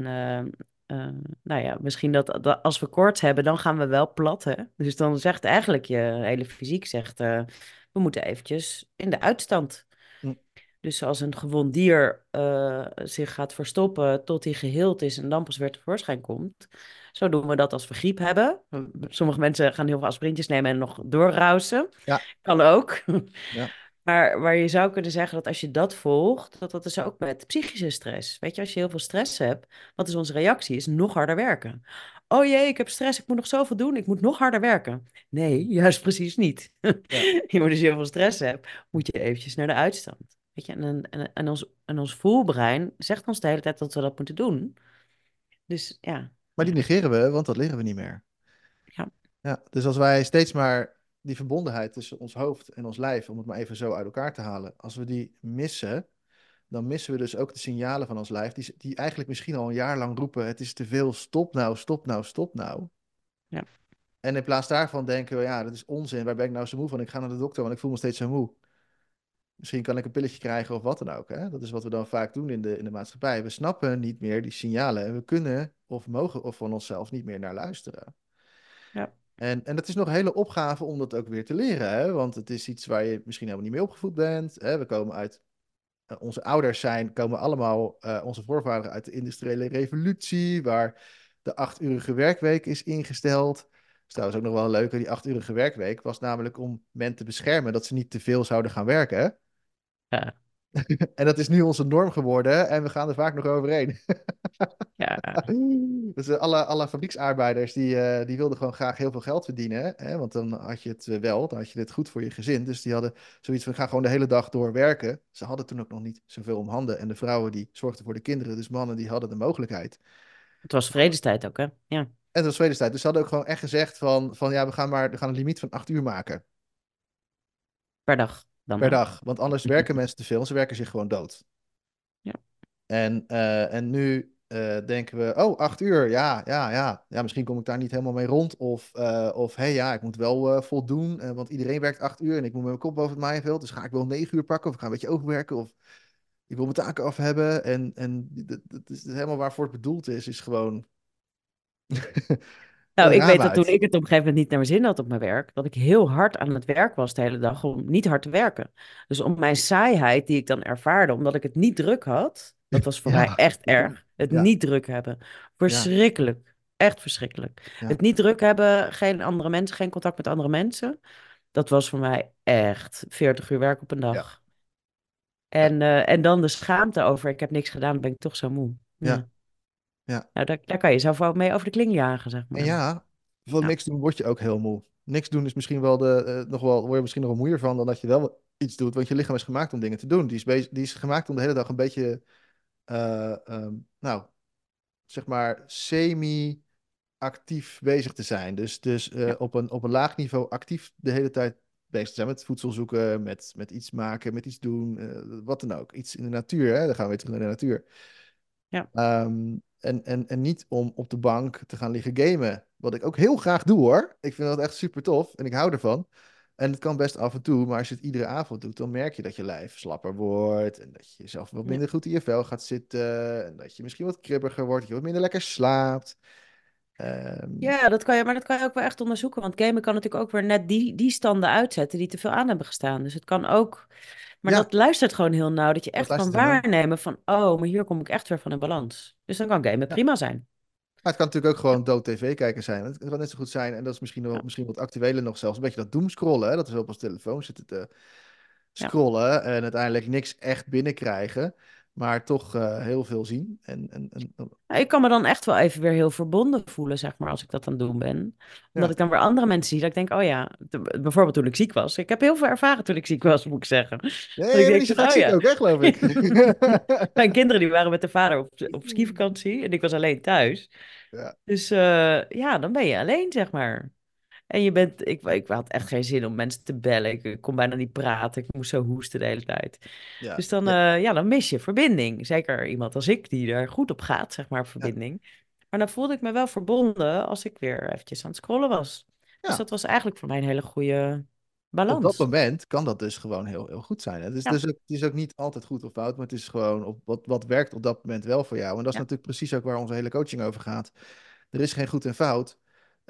Speaker 1: nou ja, misschien dat als we koorts hebben, dan gaan we wel plat, hè? Dus dan zegt eigenlijk je hele fysiek, zegt, we moeten eventjes in de uitstand.
Speaker 2: hm,
Speaker 1: Dus als een gewond dier zich gaat verstoppen tot hij geheeld is en dan pas weer tevoorschijn komt. Zo doen we dat als we griep hebben. Sommige mensen gaan heel veel aspirintjes nemen en nog doorrausen.
Speaker 2: ja,
Speaker 1: Kan ook.
Speaker 2: ja,
Speaker 1: Maar je zou kunnen zeggen dat als je dat volgt, dat is ook met psychische stress. Weet je, als je heel veel stress hebt, wat is onze reactie? Is nog harder werken. Oh jee, ik heb stress, ik moet nog zoveel doen, ik moet nog harder werken. Nee, juist precies niet.
Speaker 2: ja.
Speaker 1: Je moet, als je heel veel stress hebt, moet je eventjes naar de uitstand. Weet je, en ons voelbrein zegt ons de hele tijd dat we dat moeten doen. Dus ja,
Speaker 2: Maar
Speaker 1: nou
Speaker 2: die
Speaker 1: ja,
Speaker 2: negeren we, want dat leren we niet meer.
Speaker 1: ja,
Speaker 2: Ja, dus als wij steeds maar die verbondenheid tussen ons hoofd en ons lijf, om het maar even zo uit elkaar te halen, als we die missen, dan missen we dus ook de signalen van ons lijf, die eigenlijk misschien al een jaar lang roepen, het is te veel, stop nou, stop nou, stop nou.
Speaker 1: ja,
Speaker 2: En in plaats daarvan denken we, ja, dat is onzin, waar ben ik nou zo moe van? Ik ga naar de dokter, want ik voel me steeds zo moe. Misschien kan ik een pilletje krijgen of wat dan ook. Hè? Dat is wat we dan vaak doen in de maatschappij. We snappen niet meer die signalen en we kunnen of mogen of van onszelf niet meer naar luisteren.
Speaker 1: ja,
Speaker 2: En dat is nog een hele opgave om dat ook weer te leren, hè? Want het is iets waar je misschien helemaal niet mee opgevoed bent. Hè? We komen uit, onze ouders komen allemaal, onze voorvaderen uit de industriële revolutie, waar de 8-urige werkweek is ingesteld. Dat is trouwens ook nog wel leuk, hè? Die 8-urige werkweek was namelijk om men te beschermen dat ze niet te veel zouden gaan werken. Hè?
Speaker 1: ja.
Speaker 2: En dat is nu onze norm geworden en we gaan er vaak nog overheen.
Speaker 1: Ja,
Speaker 2: Dus alle fabrieksarbeiders die wilden gewoon graag heel veel geld verdienen. Hè? Want dan had je het wel, dan had je het goed voor je gezin. Dus die hadden zoiets van, ga gewoon de hele dag door werken. Ze hadden toen ook nog niet zoveel om handen. En de vrouwen die zorgden voor de kinderen. Dus mannen die hadden de mogelijkheid.
Speaker 1: het was vredestijd ook, hè? Ja,
Speaker 2: En dat was vredestijd. Dus ze hadden ook gewoon echt gezegd van ja, we gaan een limiet van 8 uur maken
Speaker 1: per dag dan,
Speaker 2: per
Speaker 1: hè?
Speaker 2: dag. Want anders werken mensen te veel en ze werken zich gewoon dood.
Speaker 1: Ja.
Speaker 2: En nu denken we, oh, 8 uur, ja, misschien kom ik daar niet helemaal mee rond. Of hé, ja, ik moet wel voldoen, want iedereen werkt 8 uur en ik moet met mijn kop boven het maaiveld. Dus ga ik wel 9 uur pakken of ik ga een beetje overwerken of ik wil mijn taken af hebben. En dat is helemaal waarvoor het bedoeld is gewoon
Speaker 1: Nou,
Speaker 2: het
Speaker 1: ik
Speaker 2: raam
Speaker 1: weet dat toen
Speaker 2: uit.
Speaker 1: ik het op een gegeven moment niet naar mijn zin had op mijn werk, dat ik heel hard aan het werk was de hele dag om niet hard te werken. Dus om mijn saaiheid die ik dan ervaarde, omdat ik het niet druk had, dat was voor mij
Speaker 2: Ja,
Speaker 1: echt erg. Het
Speaker 2: ja,
Speaker 1: niet druk hebben.
Speaker 2: ja,
Speaker 1: Verschrikkelijk. Echt verschrikkelijk.
Speaker 2: ja,
Speaker 1: Het niet druk hebben, geen andere mensen, geen contact met andere mensen. Dat was voor mij echt 40 uur werk op een
Speaker 2: ja,
Speaker 1: dag.
Speaker 2: ja,
Speaker 1: En dan de schaamte over, ik heb niks gedaan, dan ben ik toch zo moe.
Speaker 2: ja,
Speaker 1: Ja.
Speaker 2: ja.
Speaker 1: Nou, daar kan je zelf wel mee over de kling jagen, zeg
Speaker 2: En
Speaker 1: maar.
Speaker 2: ja, van
Speaker 1: Ja.
Speaker 2: niks doen word je ook heel moe. Niks doen is misschien wel nog wel, word je misschien nog wel moeier van dan dat je wel iets doet. Want je lichaam is gemaakt om dingen te doen. Die is gemaakt om de hele dag een beetje, nou, zeg maar, semi-actief bezig te zijn. Dus
Speaker 1: Ja.
Speaker 2: op een laag niveau actief de hele tijd bezig te zijn met voedsel zoeken, met iets maken, met iets doen, wat dan ook. Iets in de natuur, hè? Dan gaan we weer terug naar de natuur.
Speaker 1: Ja.
Speaker 2: En niet om op de bank te gaan liggen gamen. Wat ik ook heel graag doe hoor. Ik vind dat echt super tof en ik hou ervan. En het kan best af en toe, maar als je het iedere avond doet, dan merk je dat je lijf slapper wordt. En dat je zelf wat
Speaker 1: Ja.
Speaker 2: minder goed in je vel gaat zitten. En dat je misschien wat kribbiger wordt, dat je wat minder lekker slaapt. Ehm,
Speaker 1: Ja, maar dat kan je ook wel echt onderzoeken. Want gamen kan natuurlijk ook weer net die standen uitzetten die te veel aan hebben gestaan. Dus het kan ook. Maar
Speaker 2: ja,
Speaker 1: dat luistert gewoon heel nauw. Dat je
Speaker 2: dat
Speaker 1: echt kan
Speaker 2: luistert heel nauw.
Speaker 1: waarnemen van. Oh, maar hier kom ik echt weer van in balans. Dus dan kan gamen
Speaker 2: Ja.
Speaker 1: prima zijn.
Speaker 2: Maar het kan natuurlijk ook
Speaker 1: Ja.
Speaker 2: gewoon dood tv kijken zijn. Het kan net zo goed zijn, en dat is
Speaker 1: Ja.
Speaker 2: misschien wat actueler nog zelfs, een beetje dat doomscrollen. Hè? Dat is op ons telefoon zitten te
Speaker 1: Ja.
Speaker 2: scrollen en uiteindelijk niks echt binnenkrijgen, maar toch heel veel zien.
Speaker 1: Nou, ik kan me dan echt wel even weer heel verbonden voelen, zeg maar, als ik dat aan het doen ben. Omdat
Speaker 2: Ja,
Speaker 1: ik dan weer andere mensen zie, dat ik denk, oh ja, bijvoorbeeld toen ik ziek was. Ik heb heel veel ervaren toen ik ziek was, moet ik zeggen.
Speaker 2: nee,
Speaker 1: Dat ik
Speaker 2: je bent
Speaker 1: denk
Speaker 2: niet zo
Speaker 1: van,
Speaker 2: vaak
Speaker 1: oh
Speaker 2: ziek
Speaker 1: ja.
Speaker 2: ook, hè, geloof ik.
Speaker 1: Mijn kinderen die waren met de vader op skivakantie en ik was alleen thuis.
Speaker 2: Ja,
Speaker 1: Dus ja, dan ben je alleen, zeg maar. En ik had echt geen zin om mensen te bellen. Ik kon bijna niet praten. Ik moest zo hoesten de hele tijd.
Speaker 2: ja,
Speaker 1: Dus dan,
Speaker 2: ja,
Speaker 1: ja, dan mis je verbinding. Zeker iemand als ik, die er goed op gaat, zeg maar,
Speaker 2: ja,
Speaker 1: verbinding. Maar dan voelde ik me wel verbonden als ik weer eventjes aan het scrollen was. Dus
Speaker 2: ja.
Speaker 1: dat was eigenlijk voor mij een hele goede
Speaker 2: Op dat
Speaker 1: balans.
Speaker 2: moment kan dat dus gewoon heel goed zijn. Hè?
Speaker 1: Ja,
Speaker 2: Het is ook niet altijd goed of fout, maar het is gewoon wat werkt op dat moment wel voor jou. En dat is
Speaker 1: ja,
Speaker 2: natuurlijk precies ook waar onze hele coaching over gaat. Er is geen goed en fout.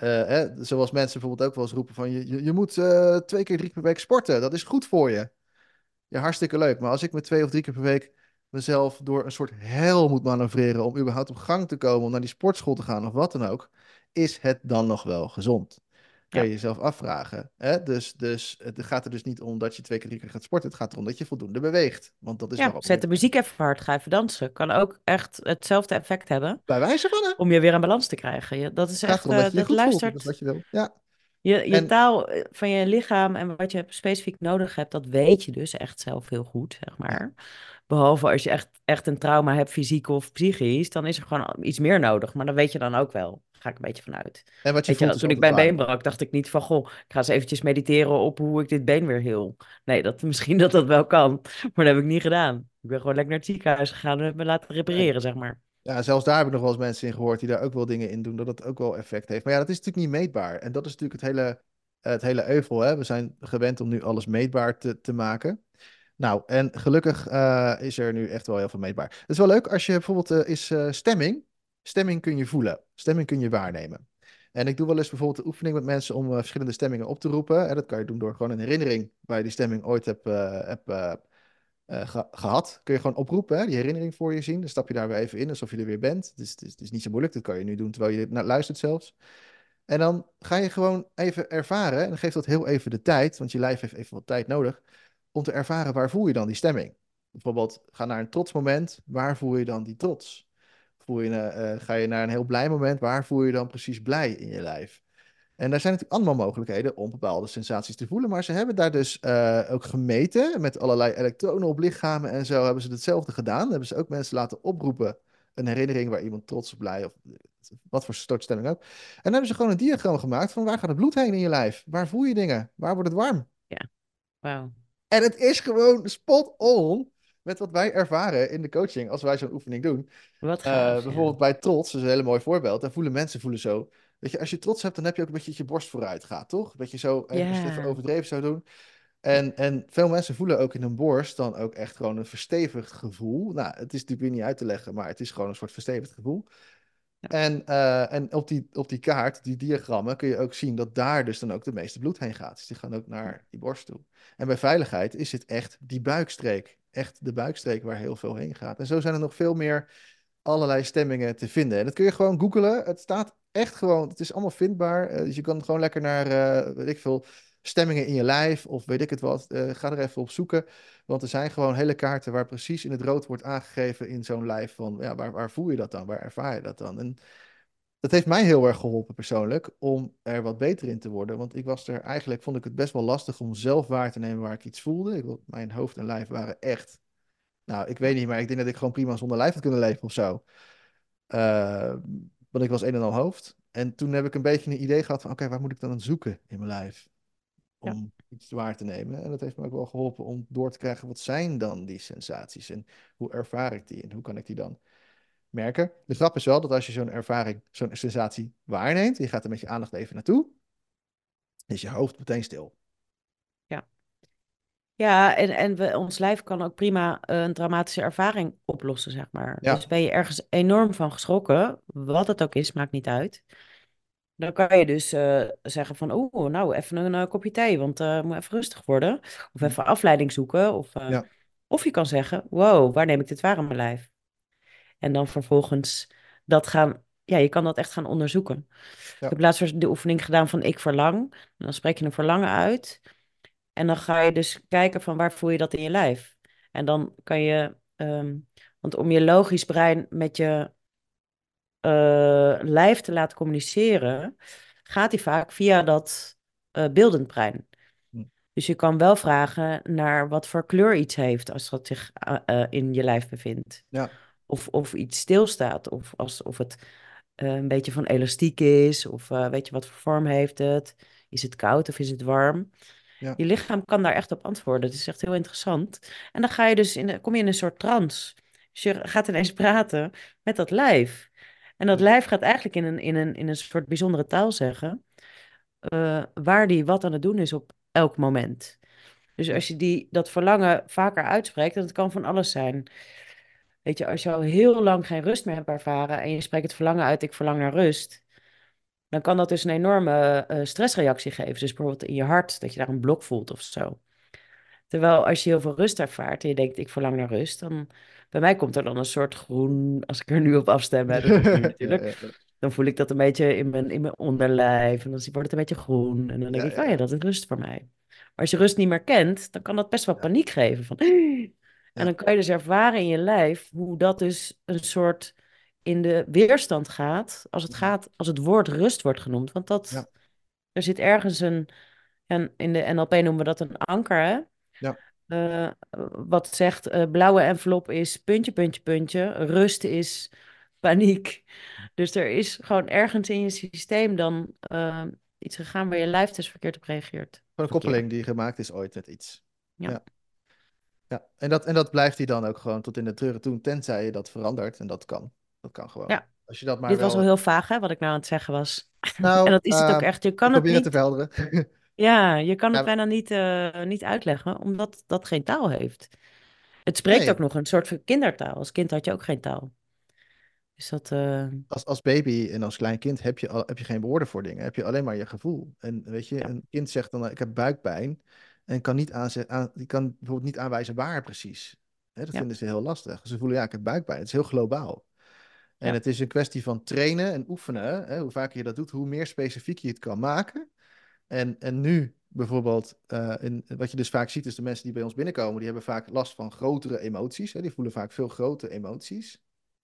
Speaker 2: Zoals mensen bijvoorbeeld ook wel eens roepen van je moet 2 keer 3 keer per week sporten. Dat is goed voor je. Ja, hartstikke leuk. Maar als ik met 2 of 3 keer per week mezelf door een soort hel moet manoeuvreren om überhaupt op gang te komen, om naar die sportschool te gaan of wat dan ook, is het dan nog wel gezond? Kan je
Speaker 1: ja.
Speaker 2: jezelf afvragen. Hè? Dus het gaat er dus niet om dat je 2 keer 3 keer gaat sporten. Het gaat erom dat je voldoende beweegt. Want dat is
Speaker 1: Ja,
Speaker 2: waarom
Speaker 1: zet de
Speaker 2: je
Speaker 1: muziek even hard, ga even dansen. Kan ook echt hetzelfde effect hebben
Speaker 2: bij wijze van, hè? Het
Speaker 1: om je weer aan balans te krijgen. Dat is
Speaker 2: gaat
Speaker 1: echt,
Speaker 2: erom dat je je
Speaker 1: dat
Speaker 2: goed voelt. Dat is
Speaker 1: luistert.
Speaker 2: wat je wil. Ja.
Speaker 1: Je
Speaker 2: En,
Speaker 1: taal van je lichaam en wat je specifiek nodig hebt, dat weet je dus echt zelf heel goed, zeg
Speaker 2: ja.
Speaker 1: maar. Behalve als je echt een trauma hebt, fysiek of psychisch, dan is er gewoon iets meer nodig. Maar dat weet je dan ook wel. Daar ga ik een beetje vanuit.
Speaker 2: En wat je
Speaker 1: Weet
Speaker 2: voelt
Speaker 1: je,
Speaker 2: is
Speaker 1: toen ik
Speaker 2: altijd
Speaker 1: mijn
Speaker 2: waar.
Speaker 1: been brak, dacht ik niet van, goh, ik ga eens eventjes mediteren op hoe ik dit been weer heel. Nee, misschien dat dat wel kan, maar dat heb ik niet gedaan. Ik ben gewoon lekker naar het ziekenhuis gegaan en heb me laten
Speaker 2: Nee.
Speaker 1: repareren, zeg maar.
Speaker 2: Ja, zelfs daar heb ik nog wel eens mensen in gehoord die daar ook wel dingen in doen, dat het ook wel effect heeft. Maar ja, dat is natuurlijk niet meetbaar. En dat is natuurlijk het hele euvel. Hè? We zijn gewend om nu alles meetbaar te maken. Nou, en gelukkig is er nu echt wel heel veel meetbaar. Het is wel leuk als je bijvoorbeeld stemming. Stemming kun je voelen. Stemming kun je waarnemen. En ik doe wel eens bijvoorbeeld de oefening met mensen om verschillende stemmingen op te roepen. En dat kan je doen door gewoon een herinnering waar je die stemming ooit gehad. Kun je gewoon oproepen, hè, die herinnering voor je zien. Dan stap je daar weer even in, alsof je er weer bent. Dus het is niet zo moeilijk. Dat kan je nu doen terwijl je naar luistert zelfs. En dan ga je gewoon even ervaren. En dan geeft dat heel even de tijd, want je lijf heeft even wat tijd nodig. Om te ervaren waar voel je dan die stemming. Bijvoorbeeld, ga naar een trotsmoment. Waar voel je dan die trots? Ga je naar een heel blij moment? Waar voel je dan precies blij in je lijf? En daar zijn natuurlijk allemaal mogelijkheden om bepaalde sensaties te voelen. Maar ze hebben daar dus ook gemeten met allerlei elektronen op lichamen en zo. Hebben ze hetzelfde gedaan. Hebben ze ook mensen laten oproepen. Een herinnering waar iemand trots of blij of wat voor soort stemming ook. En dan hebben ze gewoon een diagram gemaakt van waar gaat het bloed heen in je lijf? Waar voel je dingen? Waar wordt het warm?
Speaker 1: Ja, wauw.
Speaker 2: En het is gewoon spot on met wat wij ervaren in de coaching als wij zo'n oefening doen.
Speaker 1: Wat gaaf, ja.
Speaker 2: Bijvoorbeeld bij trots, dat is een hele mooi voorbeeld. Daar voelen mensen voelen zo. Weet je, als je trots hebt, dan heb je ook een beetje dat je borst vooruit gaat, toch? Dat je zo, als je het even
Speaker 1: Ja,
Speaker 2: overdreven zou doen. En veel mensen voelen ook in hun borst dan ook echt gewoon een verstevigd gevoel. Nou, het is natuurlijk weer niet uit te leggen, maar het is gewoon een soort verstevigd gevoel.
Speaker 1: ja,
Speaker 2: En op die kaart, die diagrammen, kun je ook zien dat daar dus dan ook de meeste bloed heen gaat. Dus die gaan ook naar die borst toe. En bij veiligheid is het echt die buikstreek. Echt de buikstreek waar heel veel heen gaat. En zo zijn er nog veel meer allerlei stemmingen te vinden. En dat kun je gewoon googlen. Het staat echt gewoon, het is allemaal vindbaar. Dus je kan gewoon lekker naar, weet ik veel, stemmingen in je lijf of weet ik het wat. Ga er even op zoeken. Want er zijn gewoon hele kaarten waar precies in het rood wordt aangegeven in zo'n lijf van, ja, waar voel je dat dan? Waar ervaar je dat dan? En dat heeft mij heel erg geholpen persoonlijk om er wat beter in te worden. Want ik was er eigenlijk, vond ik het best wel lastig om zelf waar te nemen waar ik iets voelde. Mijn hoofd en lijf waren echt, nou, ik weet niet, maar ik denk dat ik gewoon prima zonder lijf had kunnen leven of zo. Eh, Want ik was een en al hoofd. En toen heb ik een beetje een idee gehad van, oké, waar moet ik dan aan zoeken in mijn lijf?
Speaker 1: ja,
Speaker 2: Om iets waar te nemen. En dat heeft me ook wel geholpen om door te krijgen, wat zijn dan die sensaties? En hoe ervaar ik die? En hoe kan ik die dan merken? De grap is wel dat als je zo'n ervaring, zo'n sensatie waarneemt, je gaat er met je aandacht even naartoe, is je hoofd meteen stil.
Speaker 1: ja. Ja, en ons lijf kan ook prima een traumatische ervaring oplossen, zeg maar.
Speaker 2: Ja.
Speaker 1: Dus ben je ergens enorm van geschrokken, wat het ook is, maakt niet uit. Dan kan je dus zeggen van, oeh, nou, even een kopje thee, want moet even rustig worden. Of
Speaker 2: Hm.
Speaker 1: even afleiding zoeken.
Speaker 2: Ja.
Speaker 1: Of je kan zeggen, wow, waar neem ik dit waar in mijn lijf? En dan vervolgens dat gaan, ja, je kan dat echt gaan onderzoeken. Ik
Speaker 2: Ja.
Speaker 1: heb laatst weer de oefening gedaan van ik verlang. En dan spreek je een verlangen uit. En dan ga je dus kijken van waar voel je dat in je lijf. En dan kan je, want om je logisch brein met je lijf te laten communiceren, gaat die vaak via dat beeldend brein.
Speaker 2: Hm.
Speaker 1: Dus je kan wel vragen naar wat voor kleur iets heeft als dat zich in je lijf bevindt.
Speaker 2: Ja.
Speaker 1: Of iets stilstaat, of het een beetje van elastiek is, of weet je wat voor vorm heeft het? Is het koud of is het warm?
Speaker 2: Ja.
Speaker 1: Je lichaam kan daar echt op antwoorden. Het is echt heel interessant. En dan ga je dus kom je in een soort trance. Dus je gaat ineens praten met dat lijf. En dat lijf gaat eigenlijk in een soort bijzondere taal zeggen, waar die wat aan het doen is op elk moment. Dus
Speaker 2: Ja.
Speaker 1: als je dat verlangen vaker uitspreekt, en het kan van alles zijn. Weet je, als je al heel lang geen rust meer hebt ervaren en je spreekt het verlangen uit, ik verlang naar rust, dan kan dat dus een enorme stressreactie geven. Dus bijvoorbeeld in je hart, dat je daar een blok voelt of zo. Terwijl als je heel veel rust ervaart en je denkt, ik verlang naar rust, dan bij mij komt er dan een soort groen, als ik er nu op afstem, hè, dat doe ik nu
Speaker 2: Ja. Ja.
Speaker 1: natuurlijk, dan voel ik dat een beetje in mijn onderlijf en dan wordt het een beetje groen en dan denk
Speaker 2: Ja.
Speaker 1: ik,
Speaker 2: Ja.
Speaker 1: oh ja,
Speaker 2: Ja.
Speaker 1: dat is rust voor mij. Maar als je rust niet meer kent, dan kan dat best wel
Speaker 2: Ja.
Speaker 1: paniek geven van, en dan kan je dus ervaren in je lijf hoe dat dus een soort in de weerstand gaat, als het woord rust wordt genoemd. Want
Speaker 2: Ja.
Speaker 1: er zit ergens en in de NLP noemen we dat een anker, hè?
Speaker 2: Ja.
Speaker 1: Wat zegt blauwe envelop is puntje, puntje, puntje. Rust is paniek. Dus er is gewoon ergens in je systeem dan iets gegaan waar je lijf dus verkeerd op reageert.
Speaker 2: Gewoon een
Speaker 1: Verkeerd.
Speaker 2: koppeling die gemaakt is ooit met iets.
Speaker 1: Ja.
Speaker 2: Ja. Ja. En dat blijft hij dan ook gewoon tot in de treuren toe, tenzij je dat verandert. En dat kan. Dat kan gewoon.
Speaker 1: Ja.
Speaker 2: Als je dat maar
Speaker 1: Dit was al
Speaker 2: wel.
Speaker 1: heel vaag, hè, wat ik nou aan het zeggen was. En
Speaker 2: Nou,
Speaker 1: dat is het ook echt. Je
Speaker 2: ik
Speaker 1: kan het
Speaker 2: probeer het te
Speaker 1: niet,
Speaker 2: verhelderen.
Speaker 1: ja, je kan het
Speaker 2: Ja,
Speaker 1: bijna niet uitleggen, omdat dat geen taal heeft. Het spreekt ook
Speaker 2: nee,
Speaker 1: nog een soort van kindertaal. Als kind had je ook geen taal. Dus dat,
Speaker 2: als baby en als klein kind heb je geen woorden voor dingen. Heb je alleen maar je gevoel. En weet je,
Speaker 1: ja,
Speaker 2: een kind zegt dan, ik heb buikpijn. En kan niet die kan bijvoorbeeld niet aanwijzen waar precies. Hè, dat
Speaker 1: ja,
Speaker 2: vinden ze heel lastig. Ze voelen, ja, ik heb buikpijn. Het is heel globaal. En
Speaker 1: ja,
Speaker 2: het is een kwestie van trainen en oefenen. Hè, hoe vaker je dat doet, hoe meer specifiek je het kan maken. En nu bijvoorbeeld, wat je dus vaak ziet, is de mensen die bij ons binnenkomen, die hebben vaak last van grotere emoties. Hè, die voelen vaak veel grote emoties.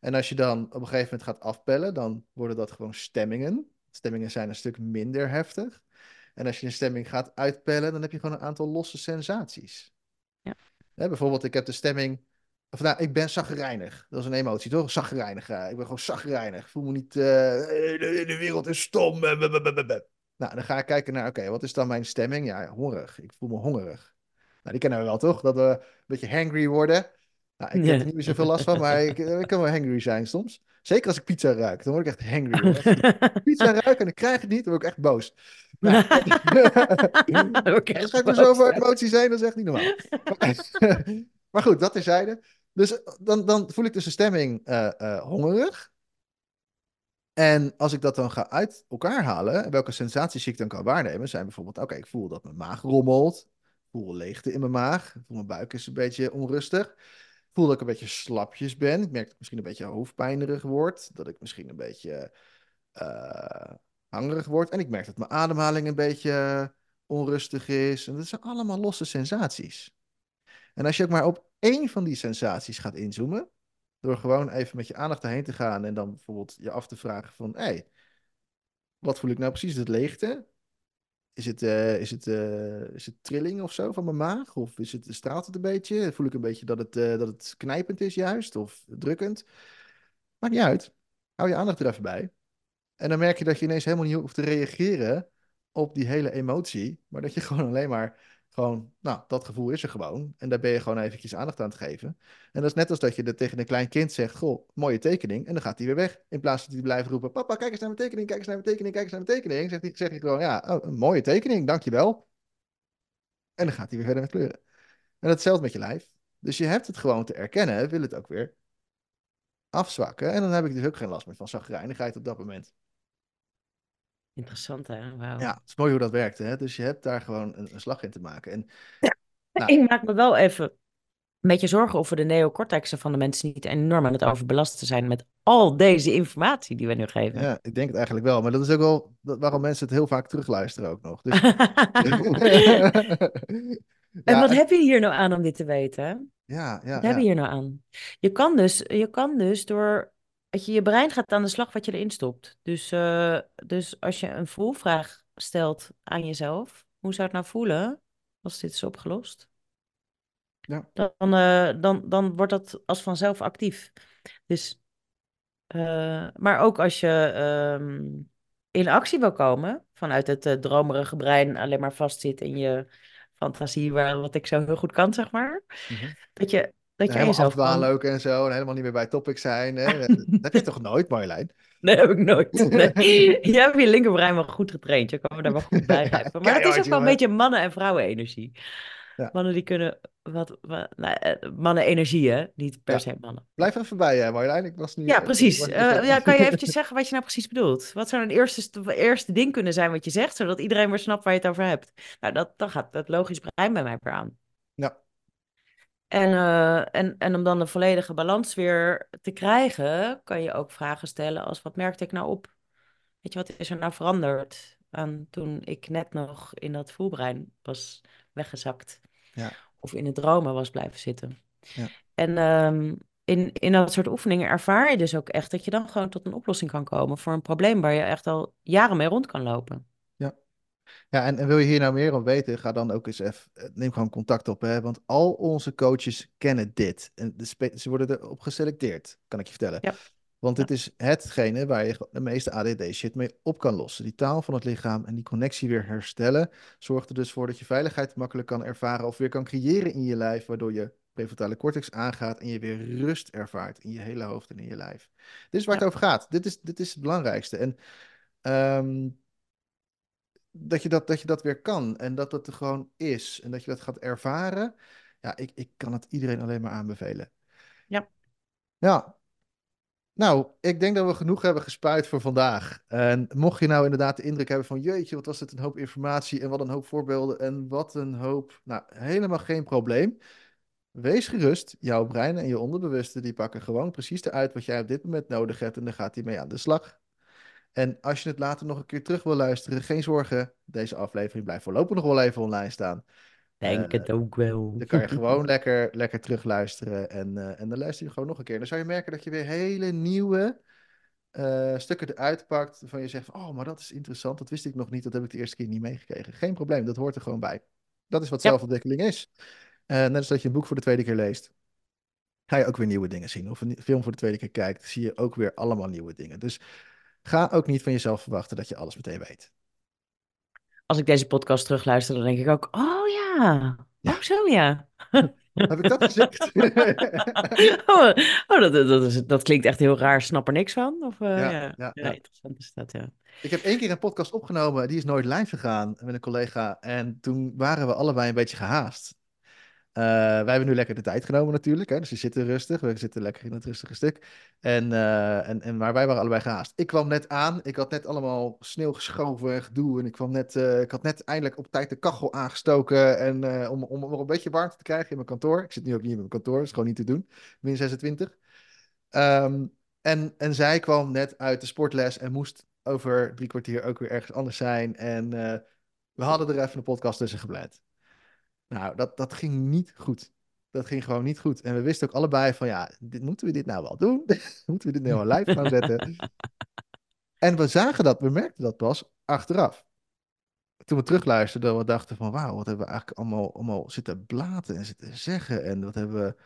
Speaker 2: En als je dan op een gegeven moment gaat afpellen, dan worden dat gewoon stemmingen. Stemmingen zijn een stuk minder heftig. En als je een stemming gaat uitpellen, dan heb je gewoon een aantal losse sensaties.
Speaker 1: Ja.
Speaker 2: Bijvoorbeeld, ik heb de stemming. Of nou, ik ben chagrijnig. Dat is een emotie, toch? Chagrijnig. Ik ben gewoon chagrijnig. Ik voel me niet. De wereld is stom. Nou, dan ga ik kijken naar, oké, wat is dan mijn stemming? Ja, hongerig. Ik voel me hongerig. Nou, die kennen we wel, toch? Dat we een beetje hangry worden. Nou, ik heb er
Speaker 1: Ja.
Speaker 2: niet meer zoveel last van, maar ik kan wel hangry zijn soms. Zeker als ik pizza ruik, dan word ik echt hangry, hoor. Als ik pizza ruik en ik krijg het niet, dan word ik echt boos. Nou,
Speaker 1: Ook
Speaker 2: dan
Speaker 1: echt
Speaker 2: ga ik er
Speaker 1: boos.
Speaker 2: zoveel emoties zijn, dat is echt niet normaal. Maar goed, dat terzijde. Dus dan voel ik dus de stemming hongerig. En als ik dat dan ga uit elkaar halen, welke sensaties ik dan kan waarnemen, zijn bijvoorbeeld, oké, ik voel dat mijn maag rommelt. Ik voel leegte in mijn maag. Ik voel mijn buik is een beetje onrustig. Ik voel dat ik een beetje slapjes ben. Ik merk dat ik misschien een beetje hoofdpijnerig word. Dat ik misschien een beetje eh hangerig word. En ik merk dat mijn ademhaling een beetje onrustig is. En dat zijn allemaal losse sensaties. En als je ook maar op één van die sensaties gaat inzoomen, door gewoon even met je aandacht erheen te gaan en dan bijvoorbeeld je af te vragen van, hé, hey, wat voel ik nou precies? Is het leegte? Is het trilling of zo van mijn maag? Of straalt het een beetje? Voel ik een beetje dat het knijpend is juist? Of drukkend? Maakt niet uit. Hou je aandacht er even bij. En dan merk je dat je ineens helemaal niet hoeft te reageren op die hele emotie. Maar dat je gewoon alleen maar gewoon, nou, dat gevoel is er gewoon. En daar ben je gewoon eventjes aandacht aan te geven. En dat is net als dat je tegen een klein kind zegt, goh, mooie tekening. En dan gaat hij weer weg. In plaats van dat hij blijft roepen, papa, kijk eens naar mijn tekening, kijk eens naar mijn tekening, kijk eens naar mijn tekening. Zeg je gewoon, ja, oh, een mooie tekening, dankjewel. En dan gaat hij weer verder met kleuren. En hetzelfde met je lijf. Dus je hebt het gewoon te erkennen, wil het ook weer afzwakken. En dan heb ik dus ook geen last meer van chagrijnigheid op dat moment.
Speaker 1: Interessant, hè? Wauw.
Speaker 2: Ja, het is mooi hoe dat werkt, hè? Dus je hebt daar gewoon een slag in te maken. En nou,
Speaker 1: Ik maak me wel even een beetje zorgen of we de neocortexen van de mensen niet enorm aan het overbelasten zijn met al deze informatie die we nu geven.
Speaker 2: ja, ik denk het eigenlijk wel. Maar dat is ook wel waarom mensen het heel vaak terugluisteren ook nog. Dus
Speaker 1: En
Speaker 2: ja,
Speaker 1: wat heb je hier nou aan om dit te weten?
Speaker 2: ja,
Speaker 1: Wat
Speaker 2: ja,
Speaker 1: heb je
Speaker 2: ja,
Speaker 1: hier nou aan? Je kan dus door dat je brein gaat aan de slag wat je erin stopt. Dus als je een voelvraag stelt aan jezelf, hoe zou het nou voelen als dit is opgelost?
Speaker 2: ja,
Speaker 1: Dan wordt dat als vanzelf actief. Dus, maar ook als je in actie wil komen, vanuit het dromerige brein alleen maar vastzit in je fantasie, waar, wat ik zo heel goed kan, zeg maar,
Speaker 2: mhm.
Speaker 1: dat
Speaker 2: En
Speaker 1: je aan
Speaker 2: helemaal
Speaker 1: jezelf
Speaker 2: afdwalen
Speaker 1: kan.
Speaker 2: ook en zo. En helemaal niet meer bij topic zijn. Hè? Dat heb je toch nooit, Marjolein?
Speaker 1: Nee, heb ik nooit. Nee. Je hebt je linkerbrein wel goed getraind. Je kan me daar wel goed bij
Speaker 2: Ja,
Speaker 1: rijpen. Maar dat is
Speaker 2: keihard,
Speaker 1: ook wel een
Speaker 2: jongen.
Speaker 1: beetje mannen- en vrouwen-energie.
Speaker 2: Ja,
Speaker 1: Mannen die kunnen nou, mannen-energie, hè? Niet per
Speaker 2: ja.
Speaker 1: se mannen.
Speaker 2: Blijf even bij, Marjolein. Ik was nu.
Speaker 1: Ja,
Speaker 2: Ik
Speaker 1: precies.
Speaker 2: was even...
Speaker 1: Ja, kan je eventjes zeggen wat je nou precies bedoelt? Wat zou een eerste ding kunnen zijn wat je zegt, zodat iedereen weer snapt waar je het over hebt? Nou, dan gaat het logisch brein bij mij weer aan.
Speaker 2: Ja,
Speaker 1: En om dan de volledige balans weer te krijgen, kan je ook vragen stellen als wat merkte ik nou op? Weet je, wat is er nou veranderd aan toen ik net nog in dat voelbrein was weggezakt
Speaker 2: ja,
Speaker 1: of in het dromen was blijven zitten?
Speaker 2: ja.
Speaker 1: En in dat soort oefeningen ervaar je dus ook echt dat je dan gewoon tot een oplossing kan komen voor een probleem waar je echt al jaren mee rond kan lopen.
Speaker 2: Ja. Ja, en wil je hier nou meer over weten, ga dan ook eens even, neem gewoon contact op, hè, want al onze coaches kennen dit. En ze worden erop geselecteerd, kan ik je vertellen.
Speaker 1: Ja,
Speaker 2: Want dit
Speaker 1: ja,
Speaker 2: is hetgene waar je de meeste ADD-shit mee op kan lossen. Die taal van het lichaam en die connectie weer herstellen, zorgt er dus voor dat je veiligheid makkelijk kan ervaren of weer kan creëren in je lijf, waardoor je prefrontale cortex aangaat en je weer rust ervaart in je hele hoofd en in je lijf. Dit is waar het
Speaker 1: ja,
Speaker 2: over gaat. Dit is het belangrijkste. En ehm, dat je dat weer kan en dat het er gewoon is en dat je dat gaat ervaren. Ja, ik kan het iedereen alleen maar aanbevelen.
Speaker 1: ja.
Speaker 2: Ja, nou, ik denk dat we genoeg hebben gespuit voor vandaag. En mocht je nou inderdaad de indruk hebben van, jeetje, wat was dit een hoop informatie en wat een hoop voorbeelden en wat een hoop, nou, helemaal geen probleem. Wees gerust, jouw brein en je onderbewuste, die pakken gewoon precies eruit wat jij op dit moment nodig hebt en dan gaat hij mee aan de slag. En als je het later nog een keer terug wil luisteren, geen zorgen. Deze aflevering blijft voorlopig nog wel even online staan.
Speaker 1: denk het ook wel.
Speaker 2: Dan kan je gewoon lekker terugluisteren. En dan luister je gewoon nog een keer. Dan zou je merken dat je weer hele nieuwe stukken eruit pakt. Waarvan je zegt van, oh, maar dat is interessant. Dat wist ik nog niet. Dat heb ik de eerste keer niet meegekregen. Geen probleem, dat hoort er gewoon bij. Dat is wat
Speaker 1: Ja,
Speaker 2: zelfontwikkeling is. Net als dat je een boek voor de tweede keer leest. Ga je ook weer nieuwe dingen zien. Of een film voor de tweede keer kijkt, zie je ook weer allemaal nieuwe dingen. Dus ga ook niet van jezelf verwachten dat je alles meteen weet.
Speaker 1: als ik deze podcast terugluister, dan denk ik ook, oh ja, oh
Speaker 2: Ja,
Speaker 1: zo ja.
Speaker 2: heb ik dat gezegd?
Speaker 1: Oh, dat klinkt echt heel raar, snap er niks van. Of,
Speaker 2: Ja,
Speaker 1: ja.
Speaker 2: ja,
Speaker 1: Ja,
Speaker 2: ja.
Speaker 1: interessant is dat, ja.
Speaker 2: Ik heb één keer een podcast opgenomen, die is nooit live gegaan met een collega. En toen waren we allebei een beetje gehaast. Wij hebben nu lekker de tijd genomen natuurlijk, hè? Dus we zitten rustig, we zitten lekker in het rustige stuk. Maar wij waren allebei gehaast. Ik kwam net aan, ik had net allemaal sneeuw geschoven en gedoe. En ik had net eindelijk op tijd de kachel aangestoken om er een beetje warmte te krijgen in mijn kantoor. Ik zit nu ook niet in mijn kantoor, is gewoon niet te doen, min 26. Ehm, en zij kwam net uit de sportles en moest over 3 kwartier ook weer ergens anders zijn. En we hadden er even een podcast tussen gepland. Nou, dat ging niet goed. Dat ging gewoon niet goed. En we wisten ook allebei van, ja, moeten we dit nou wel doen? Moeten we dit nou wel live gaan zetten? En we merkten dat pas achteraf. Toen we terugluisterden, we dachten van, wauw, wat hebben we eigenlijk allemaal zitten blaten en zitten zeggen. En wat hebben we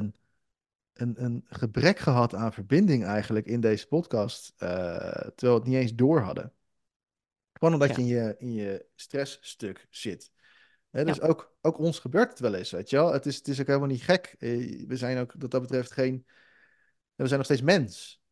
Speaker 2: een gebrek gehad aan verbinding eigenlijk in deze podcast, terwijl we het niet eens door hadden. Gewoon omdat je
Speaker 1: Ja,
Speaker 2: in je stressstuk zit. Hè,
Speaker 1: ja,
Speaker 2: dus ook ons gebeurt het wel eens, weet je wel. Het is ook helemaal niet gek. We zijn ook wat dat betreft we zijn nog steeds mens.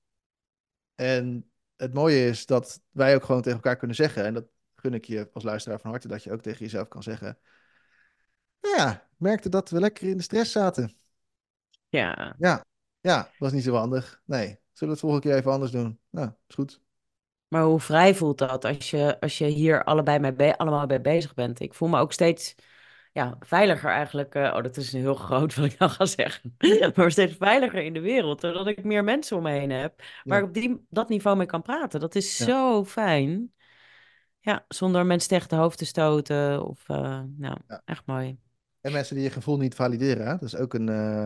Speaker 2: En het mooie is dat wij ook gewoon tegen elkaar kunnen zeggen, en dat gun ik je als luisteraar van harte, dat je ook tegen jezelf kan zeggen, "Nou ja, ik merkte dat we lekker in de stress zaten.
Speaker 1: ja.
Speaker 2: Ja, ja, was niet zo handig. Nee, zullen we het volgende keer even anders doen? Nou, is goed.
Speaker 1: Maar hoe vrij voelt dat als je hier allemaal bij bezig bent? Ik voel me ook steeds ja, veiliger eigenlijk. Oh, dat is een heel groot wat ik nou ga zeggen. Maar steeds veiliger in de wereld, doordat ik meer mensen om me heen heb waar
Speaker 2: Ja,
Speaker 1: ik op dat niveau mee kan praten. Dat is
Speaker 2: ja.
Speaker 1: zo fijn. Ja, zonder mensen tegen het hoofd te stoten of, nou,
Speaker 2: Ja.
Speaker 1: echt mooi.
Speaker 2: En mensen die je gevoel niet valideren, hè? Dat is ook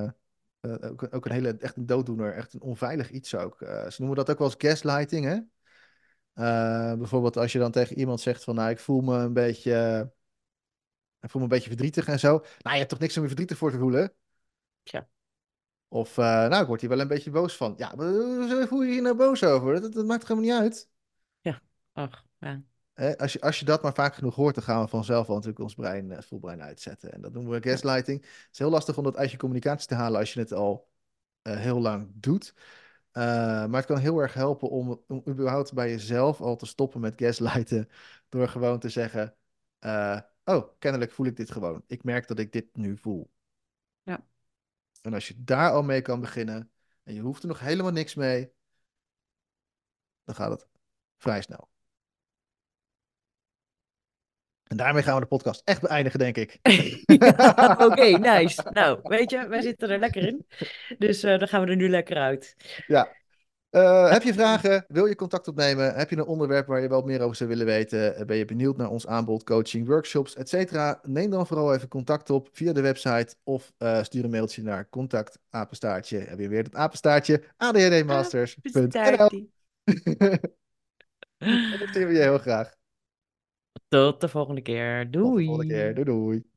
Speaker 2: ook een hele, echt een dooddoener, echt een onveilig iets ook. Ze noemen dat ook wel eens gaslighting, hè? Bijvoorbeeld als je dan tegen iemand zegt van, nou, ik voel me een beetje verdrietig en zo. Nou, je hebt toch niks om je verdrietig voor te voelen?
Speaker 1: Tja,
Speaker 2: Of, nou, ik word hier wel een beetje boos van. Ja, maar hoezo voel je je hier nou boos over? Dat maakt helemaal niet uit.
Speaker 1: ja, ach, ja,
Speaker 2: Als je dat maar vaak genoeg hoort, dan gaan we vanzelf wel natuurlijk ons brein, voelbrein uitzetten. En dat noemen we
Speaker 1: ja,
Speaker 2: gaslighting. Het is heel lastig om dat uit je communicatie te halen als je het al heel lang doet. Maar het kan heel erg helpen om überhaupt bij jezelf al te stoppen met gaslighten. Door gewoon te zeggen: oh, kennelijk voel ik dit gewoon. Ik merk dat ik dit nu voel.
Speaker 1: ja.
Speaker 2: En als je daar al mee kan beginnen. En je hoeft er nog helemaal niks mee. Dan gaat het vrij snel. En daarmee gaan we de podcast echt beëindigen, denk ik.
Speaker 1: Ja, oké, nice. Nou, weet je, wij zitten er lekker in. Dus dan gaan we er nu lekker uit.
Speaker 2: Ja. Heb je vragen? Wil je contact opnemen? Heb je een onderwerp waar je wel meer over zou willen weten? Ben je benieuwd naar ons aanbod, coaching, workshops, etc.? Neem dan vooral even contact op via de website of stuur een mailtje naar contactapenstaartje. Heb je weer het apenstaartje
Speaker 1: Ah,
Speaker 2: adhdmasters.nl.
Speaker 1: bestaat-ie.
Speaker 2: En dat zien we je heel graag.
Speaker 1: Tot de volgende keer.
Speaker 2: Tot de volgende keer.
Speaker 1: Doei.
Speaker 2: Doei doei.